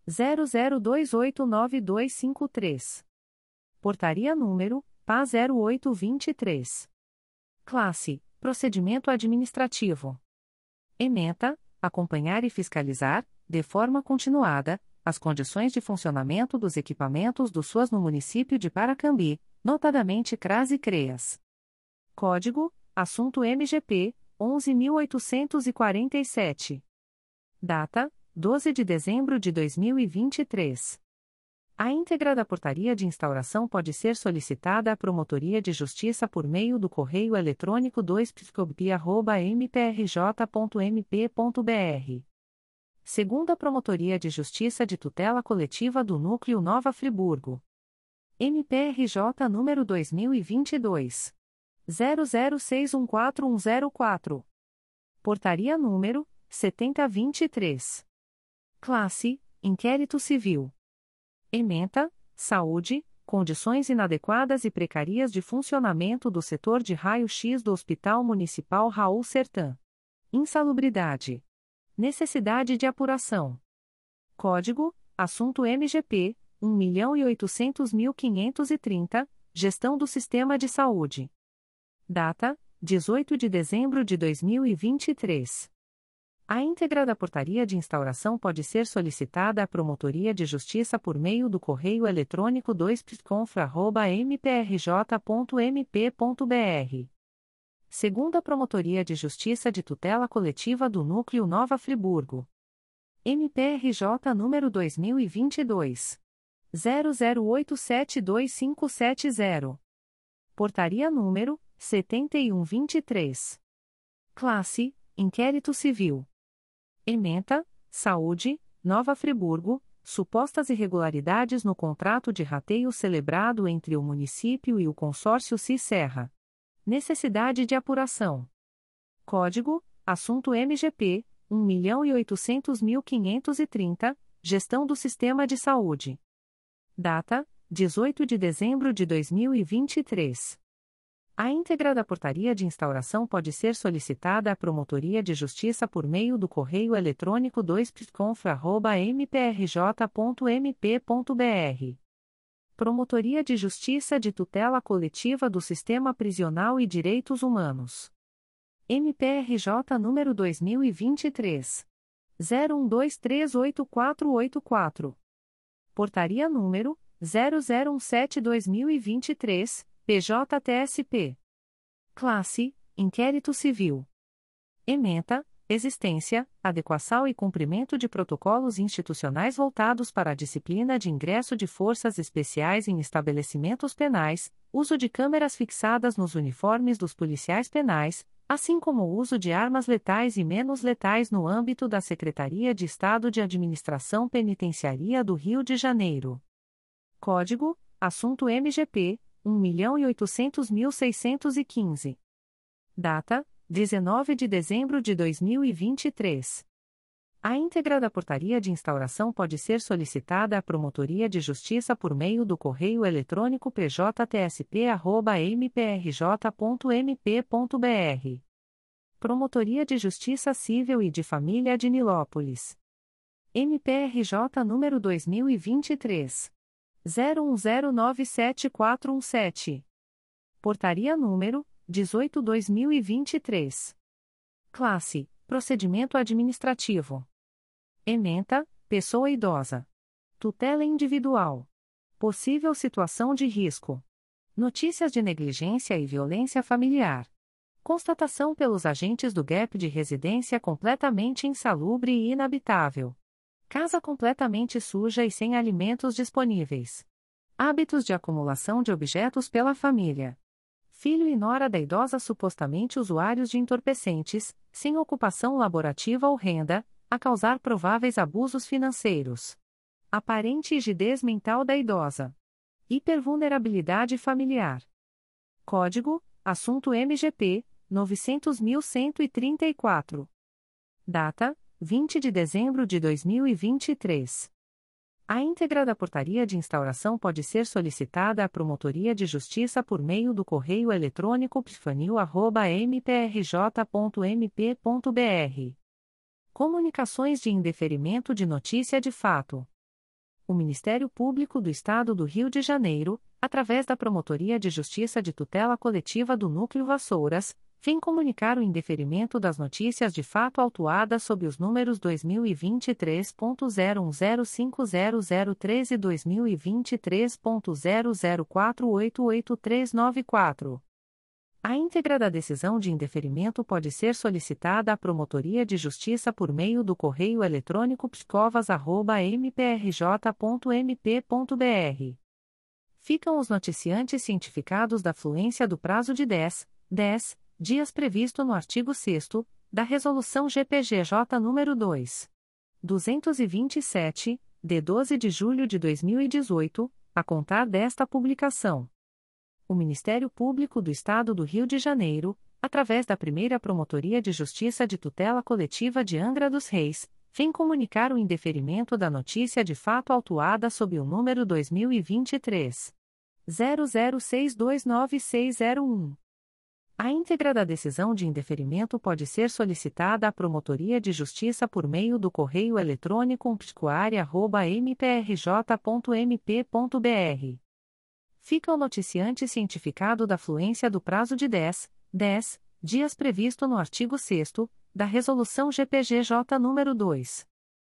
00289253. Portaria número PA 0823. Classe: Procedimento administrativo. Ementa: acompanhar e fiscalizar, de forma continuada, as condições de funcionamento dos equipamentos do SUAS no município de Paracambi, notadamente CRAS e CREAS. Código: Assunto MGP 11.847. Data: 12 de dezembro de 2023. A íntegra da portaria de instauração pode ser solicitada à Promotoria de Justiça por meio do correio eletrônico 2psicobia@mprj.mp.br. Segunda Promotoria de Justiça de Tutela Coletiva do Núcleo Nova Friburgo. MPRJ número 2022 00614104. Portaria número 7023. Classe: Inquérito Civil. Ementa: Saúde, condições inadequadas e precárias de funcionamento do setor de raio-x do Hospital Municipal Raul Sertã. Insalubridade. Necessidade de apuração. Código: Assunto MGP 1.800.530, Gestão do Sistema de Saúde. Data: 18 de dezembro de 2023. A íntegra da portaria de instauração pode ser solicitada à Promotoria de Justiça por meio do correio eletrônico 2pconfra@mprj.mp.br. Segunda Promotoria de Justiça de Tutela Coletiva do Núcleo Nova Friburgo. MPRJ número 2022 00872570. Portaria número 7123. Classe: Inquérito Civil. Ementa: Saúde, Nova Friburgo, supostas irregularidades no contrato de rateio celebrado entre o município e o consórcio Cis-Serra. Necessidade de apuração. Código: Assunto MGP 1.800.530, Gestão do Sistema de Saúde. Data: 18 de dezembro de 2023. A íntegra da portaria de instauração pode ser solicitada à Promotoria de Justiça por meio do correio eletrônico 2pconfra@mprj.mp.br. Promotoria de Justiça de Tutela Coletiva do Sistema Prisional e Direitos Humanos. MPRJ número 2023 01238484. Portaria número 0017/2023. PJTSP. Classe: Inquérito Civil. Ementa: Existência, adequação e cumprimento de protocolos institucionais voltados para a disciplina de ingresso de forças especiais em estabelecimentos penais, uso de câmeras fixadas nos uniformes dos policiais penais, assim como o uso de armas letais e menos letais no âmbito da Secretaria de Estado de Administração Penitenciária do Rio de Janeiro. Código: Assunto MGP 1.800.615. Data: 19 de dezembro de 2023. A íntegra da portaria de instauração pode ser solicitada à Promotoria de Justiça por meio do correio eletrônico pjtsp@mprj.mp.br. Promotoria de Justiça Civil e de Família de Nilópolis. MPRJ número 2023 01097417. Portaria número 18/2023. Classe: Procedimento Administrativo. Ementa: Pessoa idosa. Tutela individual. Possível situação de risco. Notícias de negligência e violência familiar. Constatação pelos agentes do GAP de residência completamente insalubre e inabitável. Casa completamente suja e sem alimentos disponíveis. Hábitos de acumulação de objetos pela família. Filho e nora da idosa supostamente usuários de entorpecentes, sem ocupação laborativa ou renda, a causar prováveis abusos financeiros. Aparente rigidez mental da idosa. Hipervulnerabilidade familiar. Código: Assunto MGP 900.134. Data: 20 de dezembro de 2023. A íntegra da portaria de instauração pode ser solicitada à Promotoria de Justiça por meio do correio eletrônico pfanil@mprj.mp.br. Comunicações de indeferimento de notícia de fato. O Ministério Público do Estado do Rio de Janeiro, através da Promotoria de Justiça de Tutela Coletiva do Núcleo Vassouras, vem comunicar o indeferimento das notícias de fato autuadas sob os números 2023.01050013 e 2023.00488394. A íntegra da decisão de indeferimento pode ser solicitada à Promotoria de Justiça por meio do correio eletrônico pscovas@mprj.mp.br. Ficam os noticiantes cientificados da fluência do prazo de 10 dias previsto no artigo 6º da Resolução GPGJ nº 2. 227, de 12 de julho de 2018, a contar desta publicação. O Ministério Público do Estado do Rio de Janeiro, através da Primeira Promotoria de Justiça de Tutela Coletiva de Angra dos Reis, vem comunicar o indeferimento da notícia de fato autuada sob o número 2023 00629601. A íntegra da decisão de indeferimento pode ser solicitada à Promotoria de Justiça por meio do correio eletrônico psicoaria@mprj.mp.br. Fica o noticiante cientificado da fluência do prazo de 10 dias previsto no artigo 6º da Resolução GPGJ nº 2.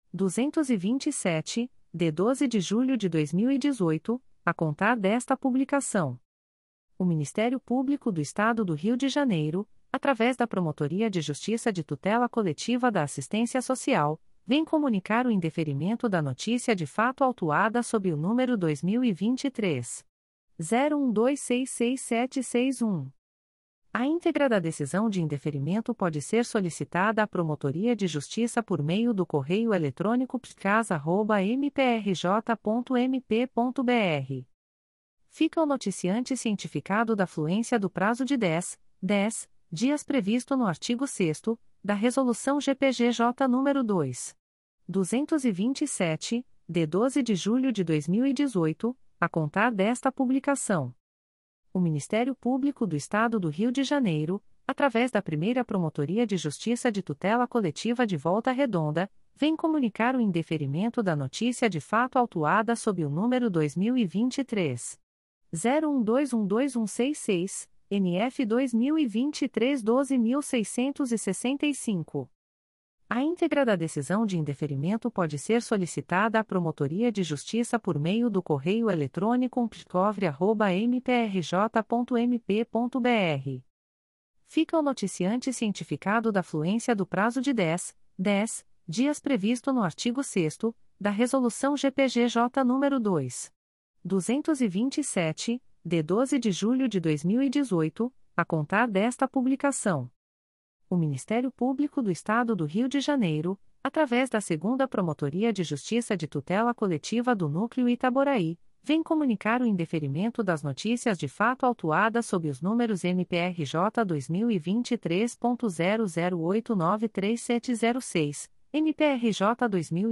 227, de 12 de julho de 2018, a contar desta publicação. O Ministério Público do Estado do Rio de Janeiro, através da Promotoria de Justiça de Tutela Coletiva da Assistência Social, vem comunicar o indeferimento da notícia de fato autuada sob o número 2023 01266761. A íntegra da decisão de indeferimento pode ser solicitada à Promotoria de Justiça por meio do correio eletrônico psicas@mprj.mp.br. Fica o noticiante cientificado da fluência do prazo de 10 dias previsto no artigo 6º da Resolução GPGJ nº 2. 227, de 12 de julho de 2018, a contar desta publicação. O Ministério Público do Estado do Rio de Janeiro, através da Primeira Promotoria de Justiça de Tutela Coletiva de Volta Redonda, vem comunicar o indeferimento da notícia de fato autuada sob o número 2023 01212166, NF 2023 12.665. A íntegra da decisão de indeferimento pode ser solicitada à Promotoria de Justiça por meio do correio eletrônico psicovre@mprj.mp.br. Fica o noticiante cientificado da fluência do prazo de 10 dias previsto no artigo 6º da Resolução GPGJ nº 2. 227, de 12 de julho de 2018, a contar desta publicação. O Ministério Público do Estado do Rio de Janeiro, através da 2ª Promotoria de Justiça de Tutela Coletiva do Núcleo Itaboraí, vem comunicar o indeferimento das notícias de fato autuadas sob os números MPRJ 2023.00893706, MPRJ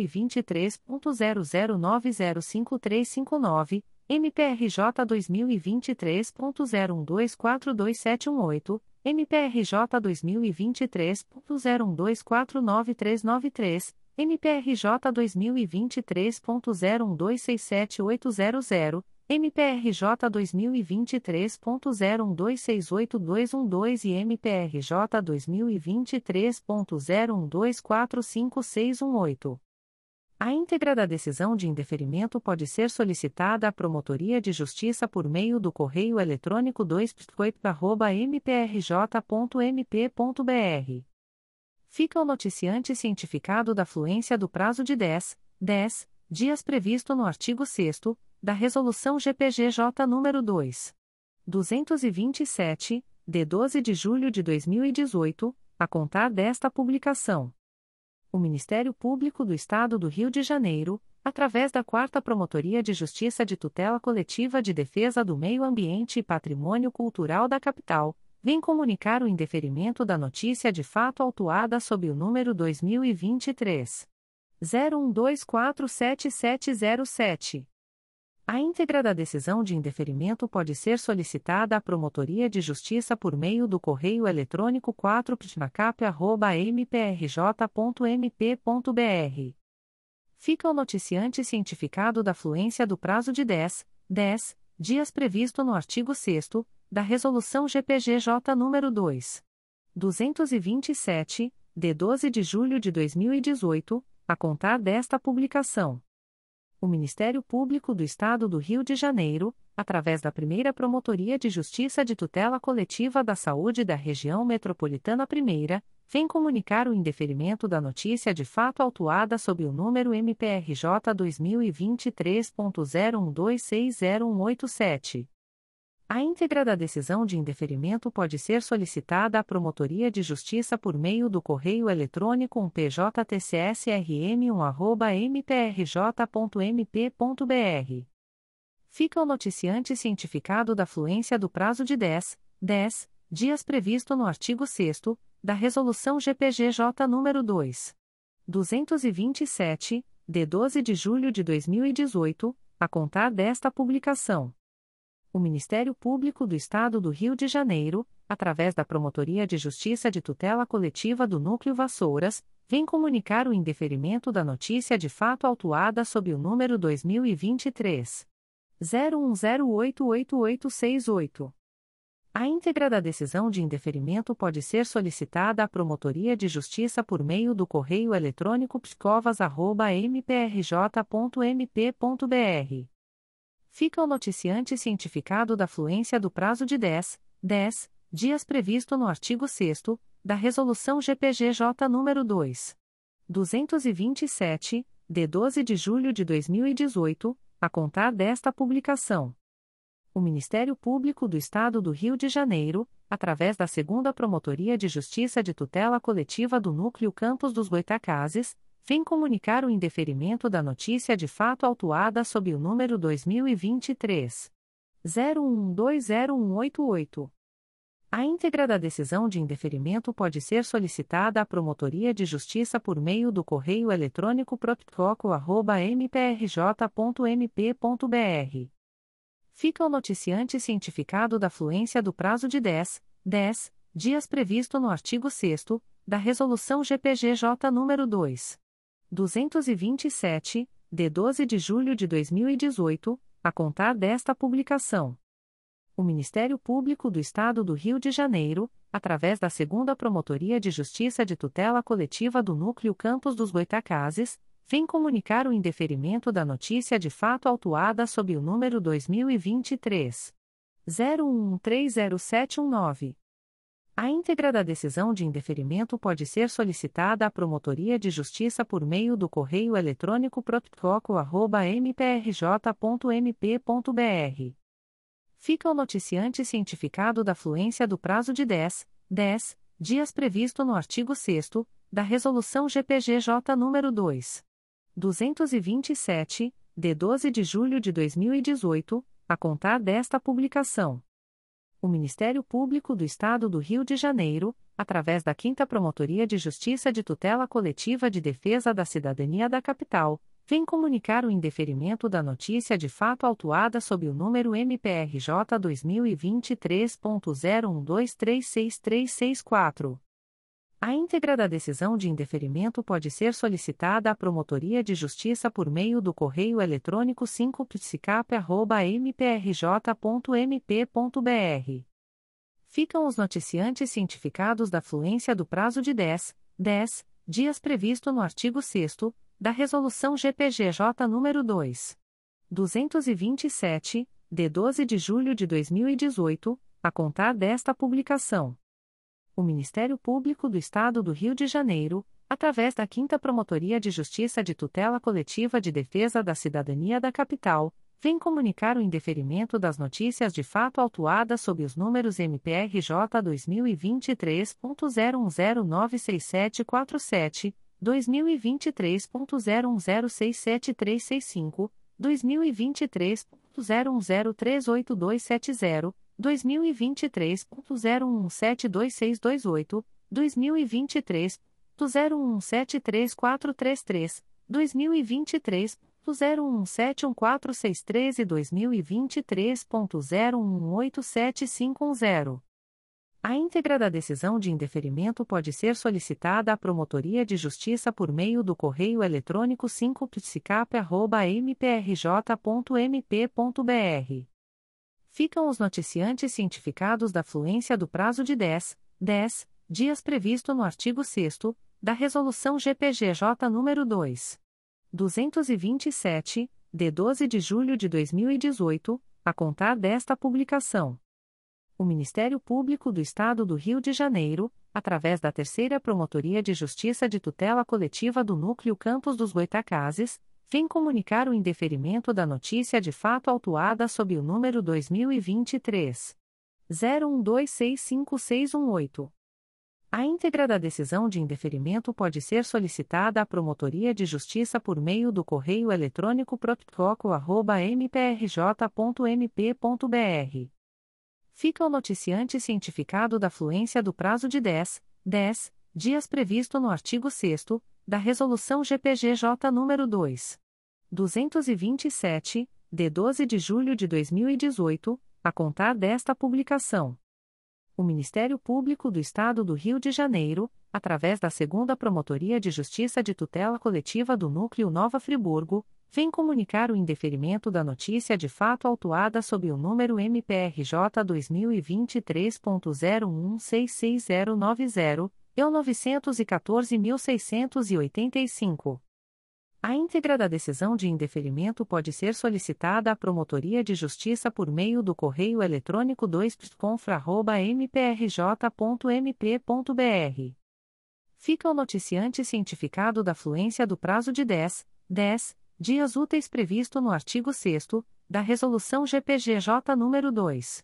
2023.00905359, MPRJ 2023.01242718, MPRJ 2023.01249393, MPRJ 2023.01267800, MPRJ 2023.01268212 e MPRJ 2023.01245618. A íntegra da decisão de indeferimento pode ser solicitada à Promotoria de Justiça por meio do correio eletrônico 2psicoip@mprj.mp.br. Fica o noticiante cientificado da fluência do prazo de 10 dias previsto no artigo 6º da Resolução GPGJ nº 2. 227, de 12 de julho de 2018, a contar desta publicação. O Ministério Público do Estado do Rio de Janeiro, através da 4ª Promotoria de Justiça de Tutela Coletiva de Defesa do Meio Ambiente e Patrimônio Cultural da Capital, vem comunicar o indeferimento da notícia de fato autuada sob o número 2023 01247707. A íntegra da decisão de indeferimento pode ser solicitada à Promotoria de Justiça por meio do correio eletrônico 4ptmacap@mprj.mp.br. Fica o noticiante cientificado da fluência do prazo de 10 dias previsto no artigo 6º da Resolução GPGJ nº 2. 227, de 12 de julho de 2018, a contar desta publicação. O Ministério Público do Estado do Rio de Janeiro, através da Primeira Promotoria de Justiça de Tutela Coletiva da Saúde da Região Metropolitana I, vem comunicar o indeferimento da notícia de fato autuada sob o número MPRJ 2023.01260187. A íntegra da decisão de indeferimento pode ser solicitada à Promotoria de Justiça por meio do correio eletrônico pjtcsrm1@mprj.mp.br. Fica o noticiante cientificado da fluência do prazo de 10 dias previsto no artigo 6º da Resolução GPGJ nº 227, de 12 de julho de 2018, a contar desta publicação. O Ministério Público do Estado do Rio de Janeiro, através da Promotoria de Justiça de Tutela Coletiva do Núcleo Vassouras, vem comunicar o indeferimento da notícia de fato autuada sob o número 2023 01088868. A íntegra da decisão de indeferimento pode ser solicitada à Promotoria de Justiça por meio do correio eletrônico pscovas@mprj.mp.br. Fica o noticiante cientificado da fluência do prazo de 10 dias previsto no artigo 6º da Resolução GPGJ nº 227, de 12 de julho de 2018, a contar desta publicação. O Ministério Público do Estado do Rio de Janeiro, através da 2ª Promotoria de Justiça de Tutela Coletiva do Núcleo Campos dos Goytacazes, vem comunicar o indeferimento da notícia de fato autuada sob o número 2023 01120188. A íntegra da decisão de indeferimento pode ser solicitada à Promotoria de Justiça por meio do correio eletrônico proptoco@mprj.mp.br. Fica o noticiante cientificado da fluência do prazo de 10 dias previsto no artigo 6º da Resolução GPGJ nº 227, de 12 de julho de 2018, a contar desta publicação. O Ministério Público do Estado do Rio de Janeiro, através da 2ª Promotoria de Justiça de Tutela Coletiva do Núcleo Campos dos Goytacazes, vem comunicar o indeferimento da notícia de fato autuada sob o número 2023 01130719. A íntegra da decisão de indeferimento pode ser solicitada à Promotoria de Justiça por meio do correio eletrônico proptoco@mprj.mp.br. Fica o noticiante cientificado da fluência do prazo de 10 dias previsto no artigo 6º da Resolução GPGJ nº 227, de 12 de julho de 2018, a contar desta publicação. O Ministério Público do Estado do Rio de Janeiro, através da 5ª Promotoria de Justiça de Tutela Coletiva de Defesa da Cidadania da Capital, vem comunicar o indeferimento da notícia de fato autuada sob o número MPRJ 2023.01236364. A íntegra da decisão de indeferimento pode ser solicitada à Promotoria de Justiça por meio do correio eletrônico 5psicap@mprj.mp.br. Ficam os noticiantes cientificados da fluência do prazo de 10 dias previsto no artigo 6º da Resolução GPGJ nº 227, de 12 de julho de 2018, a contar desta publicação. O Ministério Público do Estado do Rio de Janeiro, através da 5ª Promotoria de Justiça de Tutela Coletiva de Defesa da Cidadania da Capital, vem comunicar o indeferimento das notícias de fato autuadas sob os números MPRJ 2023.01096747, 2023.01067365, 2023.01038270, 2023.01172628, 2023.01733433, 2023.01714613 e 2023.01875110. A íntegra da decisão de indeferimento pode ser solicitada à Promotoria de Justiça por meio do correio eletrônico 5psicap@mprj.mp.br. Ficam os noticiantes cientificados da fluência do prazo de 10 dias previsto no artigo 6º da Resolução GPGJ nº 227, de 12 de julho de 2018, a contar desta publicação. O Ministério Público do Estado do Rio de Janeiro, através da Terceira Promotoria de Justiça de Tutela Coletiva do Núcleo Campos dos Goytacazes, vem comunicar o indeferimento da notícia de fato autuada sob o número 2023 01265618. A íntegra da decisão de indeferimento pode ser solicitada à Promotoria de Justiça por meio do correio eletrônico proptoco@mprj.mp.br. Fica o noticiante cientificado da fluência do prazo de 10 dias previsto no artigo 6º da Resolução GPGJ nº 227, de 12 de julho de 2018, a contar desta publicação. O Ministério Público do Estado do Rio de Janeiro, através da 2ª Promotoria de Justiça de Tutela Coletiva do Núcleo Nova Friburgo, vem comunicar o indeferimento da notícia de fato autuada sob o número MPRJ 2023.0166090, e 914.685. A íntegra da decisão de indeferimento pode ser solicitada à Promotoria de Justiça por meio do correio eletrônico 2pconfra@mprj.mp.br. Fica o noticiante cientificado da fluência do prazo de 10 dias úteis previsto no artigo 6º da Resolução GPGJ nº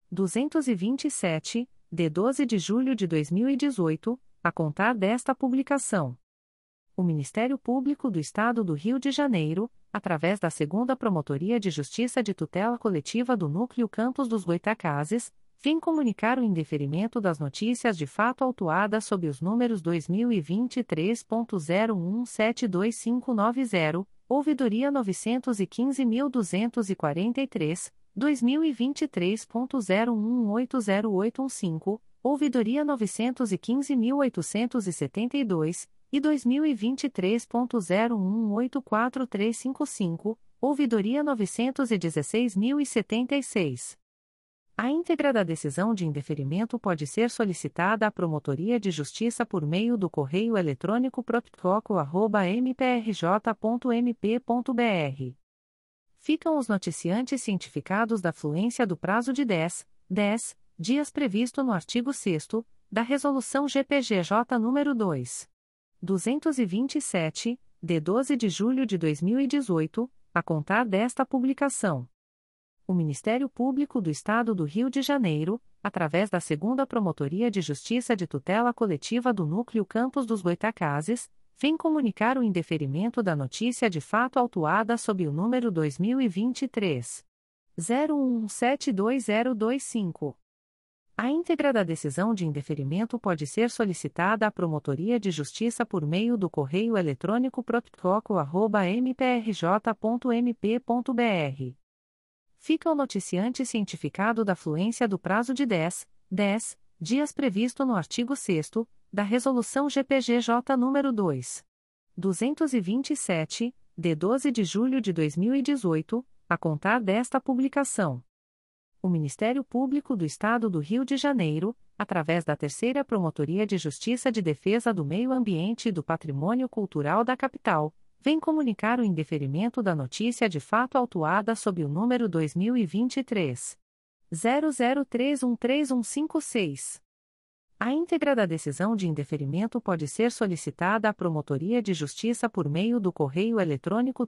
227, de 12 de julho de 2018, a contar desta publicação. O Ministério Público do Estado do Rio de Janeiro, através da 2ª Promotoria de Justiça de Tutela Coletiva do Núcleo Campos dos Goytacazes, vem comunicar o indeferimento das notícias de fato autuadas sob os números 2023.0172590, ouvidoria 915.243, 2023.0180815, ouvidoria 915.872, e 2023.0184355, ouvidoria 916.076. A íntegra da decisão de indeferimento pode ser solicitada à Promotoria de Justiça por meio do correio eletrônico proptoco@mprj.mp.br. Ficam os noticiantes cientificados da fluência do prazo de 10 dias previsto no artigo 6º da Resolução GPGJ nº 227, de 12 de julho de 2018, a contar desta publicação. O Ministério Público do Estado do Rio de Janeiro, através da 2ª Promotoria de Justiça de Tutela Coletiva do Núcleo Campos dos Goytacazes, vem comunicar o indeferimento da notícia de fato autuada sob o número 2023 01172025. A íntegra da decisão de indeferimento pode ser solicitada à Promotoria de Justiça por meio do correio eletrônico proptoco@mprj.mp.br. Fica o noticiante cientificado da fluência do prazo de 10 dias previsto no artigo 6º da Resolução GPGJ nº 227, de 12 de julho de 2018, a contar desta publicação. O Ministério Público do Estado do Rio de Janeiro, através da Terceira Promotoria de Justiça de Defesa do Meio Ambiente e do Patrimônio Cultural da Capital, vem comunicar o indeferimento da notícia de fato autuada sob o número 2023 00313156. A íntegra da decisão de indeferimento pode ser solicitada à Promotoria de Justiça por meio do correio eletrônico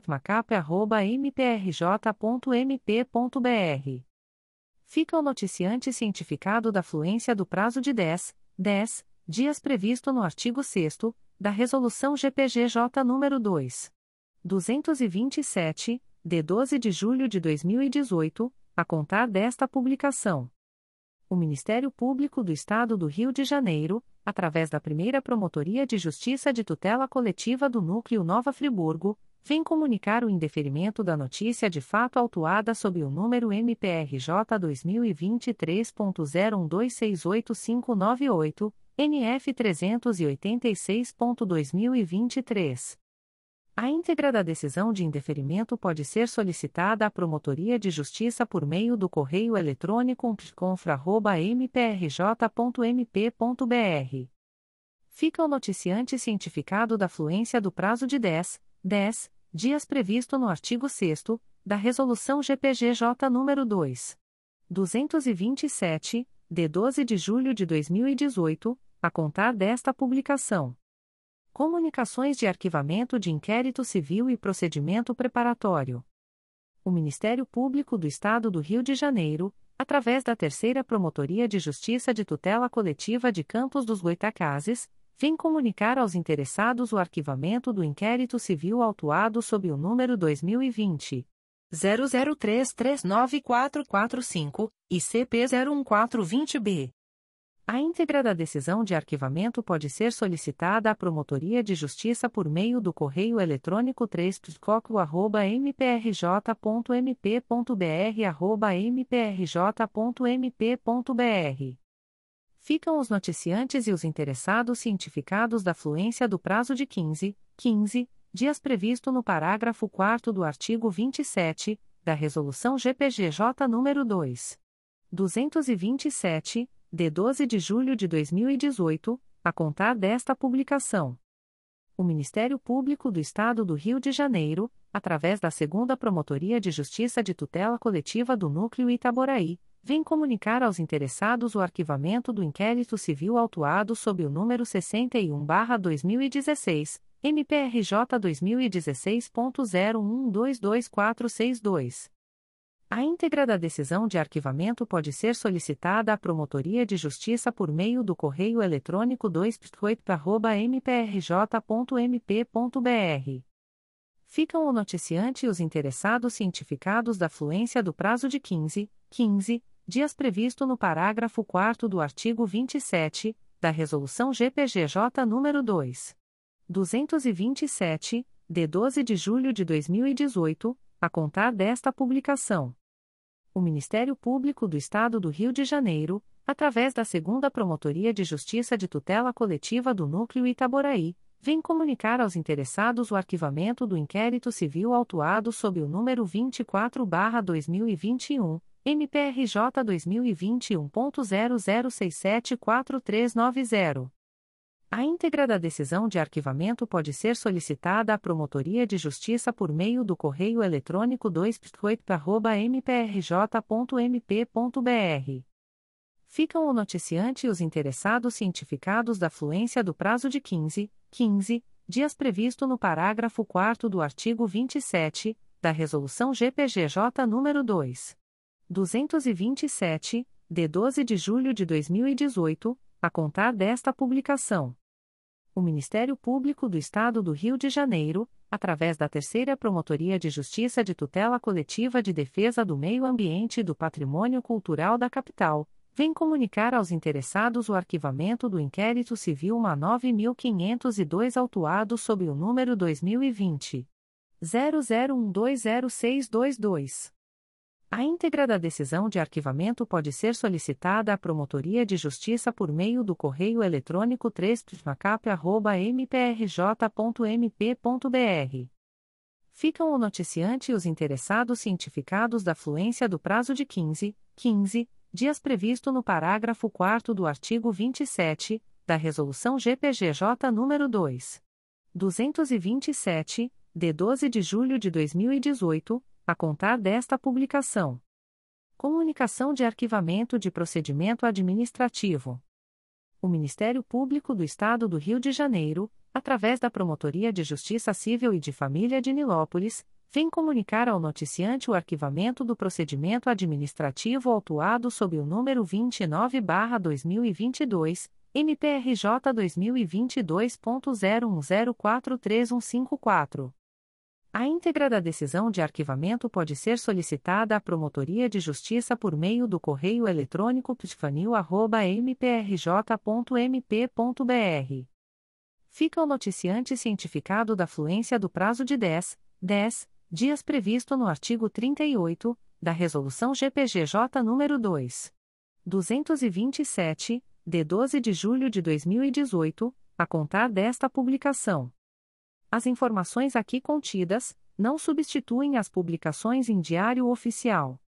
3patmacap@mprj.mp.br. Fica o noticiante cientificado da fluência do prazo de 10 dias previsto no artigo 6º da Resolução GPGJ nº 227, de 12 de julho de 2018, a contar desta publicação. O Ministério Público do Estado do Rio de Janeiro, através da 1ª Promotoria de Justiça de Tutela Coletiva do Núcleo Nova Friburgo, vem comunicar o indeferimento da notícia de fato autuada sob o número MPRJ 2023.01268598, NF 386.2023. A íntegra da decisão de indeferimento pode ser solicitada à Promotoria de Justiça por meio do correio eletrônico umptconfra@mprj.mp.br. Fica o noticiante cientificado da fluência do prazo de 10 dias previsto no artigo 6º da Resolução GPGJ nº 2. 227, de 12 de julho de 2018, a contar desta publicação. Comunicações de arquivamento de inquérito civil e procedimento preparatório. O Ministério Público do Estado do Rio de Janeiro, através da Terceira Promotoria de Justiça de Tutela Coletiva de Campos dos Goytacazes, vem comunicar aos interessados o arquivamento do inquérito civil autuado sob o número 2020 00339445 e CP 01420B. A íntegra da decisão de arquivamento pode ser solicitada à Promotoria de Justiça por meio do correio eletrônico 3psicoclo@mprj.mp.br@mprj.mp.br. Ficam os noticiantes e os interessados cientificados da fluência do prazo de 15 dias previsto no parágrafo 4º do artigo 27, da Resolução GPGJ nº 2. 227, de 12 de julho de 2018, a contar desta publicação. O Ministério Público do Estado do Rio de Janeiro, através da 2ª Promotoria de Justiça de Tutela Coletiva do Núcleo Itaboraí, vem comunicar aos interessados o arquivamento do inquérito civil autuado sob o número 61/2016, MPRJ 2016.01122462. A íntegra da decisão de arquivamento pode ser solicitada à Promotoria de Justiça por meio do correio eletrônico 2psicoip@mprj.mp.br. Ficam o noticiante e os interessados cientificados da fluência do prazo de 15 dias previsto no parágrafo 4º do artigo 27, da Resolução GPGJ nº 2. 227, de 12 de julho de 2018, a contar desta publicação. O Ministério Público do Estado do Rio de Janeiro, através da 2ª Promotoria de Justiça de Tutela Coletiva do Núcleo Itaboraí, vem comunicar aos interessados o arquivamento do inquérito civil autuado sob o número 24/2021, MPRJ 2021.00674390. A íntegra da decisão de arquivamento pode ser solicitada à Promotoria de Justiça por meio do correio eletrônico 2psicoip@mprj.mp.br. Ficam o noticiante e os interessados cientificados da fluência do prazo de 15 dias previsto no parágrafo 4º do artigo 27, da Resolução GPGJ nº 2. 227, de 12 de julho de 2018, a contar desta publicação. O Ministério Público do Estado do Rio de Janeiro, através da Terceira Promotoria de Justiça de Tutela Coletiva de Defesa do Meio Ambiente e do Patrimônio Cultural da Capital, vem comunicar aos interessados o arquivamento do inquérito civil 9502 autuado sob o número 2020 00120622. A íntegra da decisão de arquivamento pode ser solicitada à Promotoria de Justiça por meio do correio eletrônico 3psicap@mprj.mp.br. Ficam o noticiante e os interessados cientificados da fluência do prazo de 15 dias previsto no parágrafo 4º do artigo 27, da Resolução GPGJ nº 2. 227, de 12 de julho de 2018, a contar desta publicação. Comunicação de arquivamento de procedimento administrativo. O Ministério Público do Estado do Rio de Janeiro, através da Promotoria de Justiça Civil e de Família de Nilópolis, vem comunicar ao noticiante o arquivamento do procedimento administrativo autuado sob o número 29/2022, MPRJ 2022.01043154. A íntegra da decisão de arquivamento pode ser solicitada à Promotoria de Justiça por meio do correio eletrônico ptifanil@mprj.mp.br. Fica o noticiante cientificado da fluência do prazo de 10 dias previsto no artigo 38 da Resolução GPGJ nº 2. 227, de 12 de julho de 2018, a contar desta publicação. As informações aqui contidas não substituem as publicações em Diário Oficial.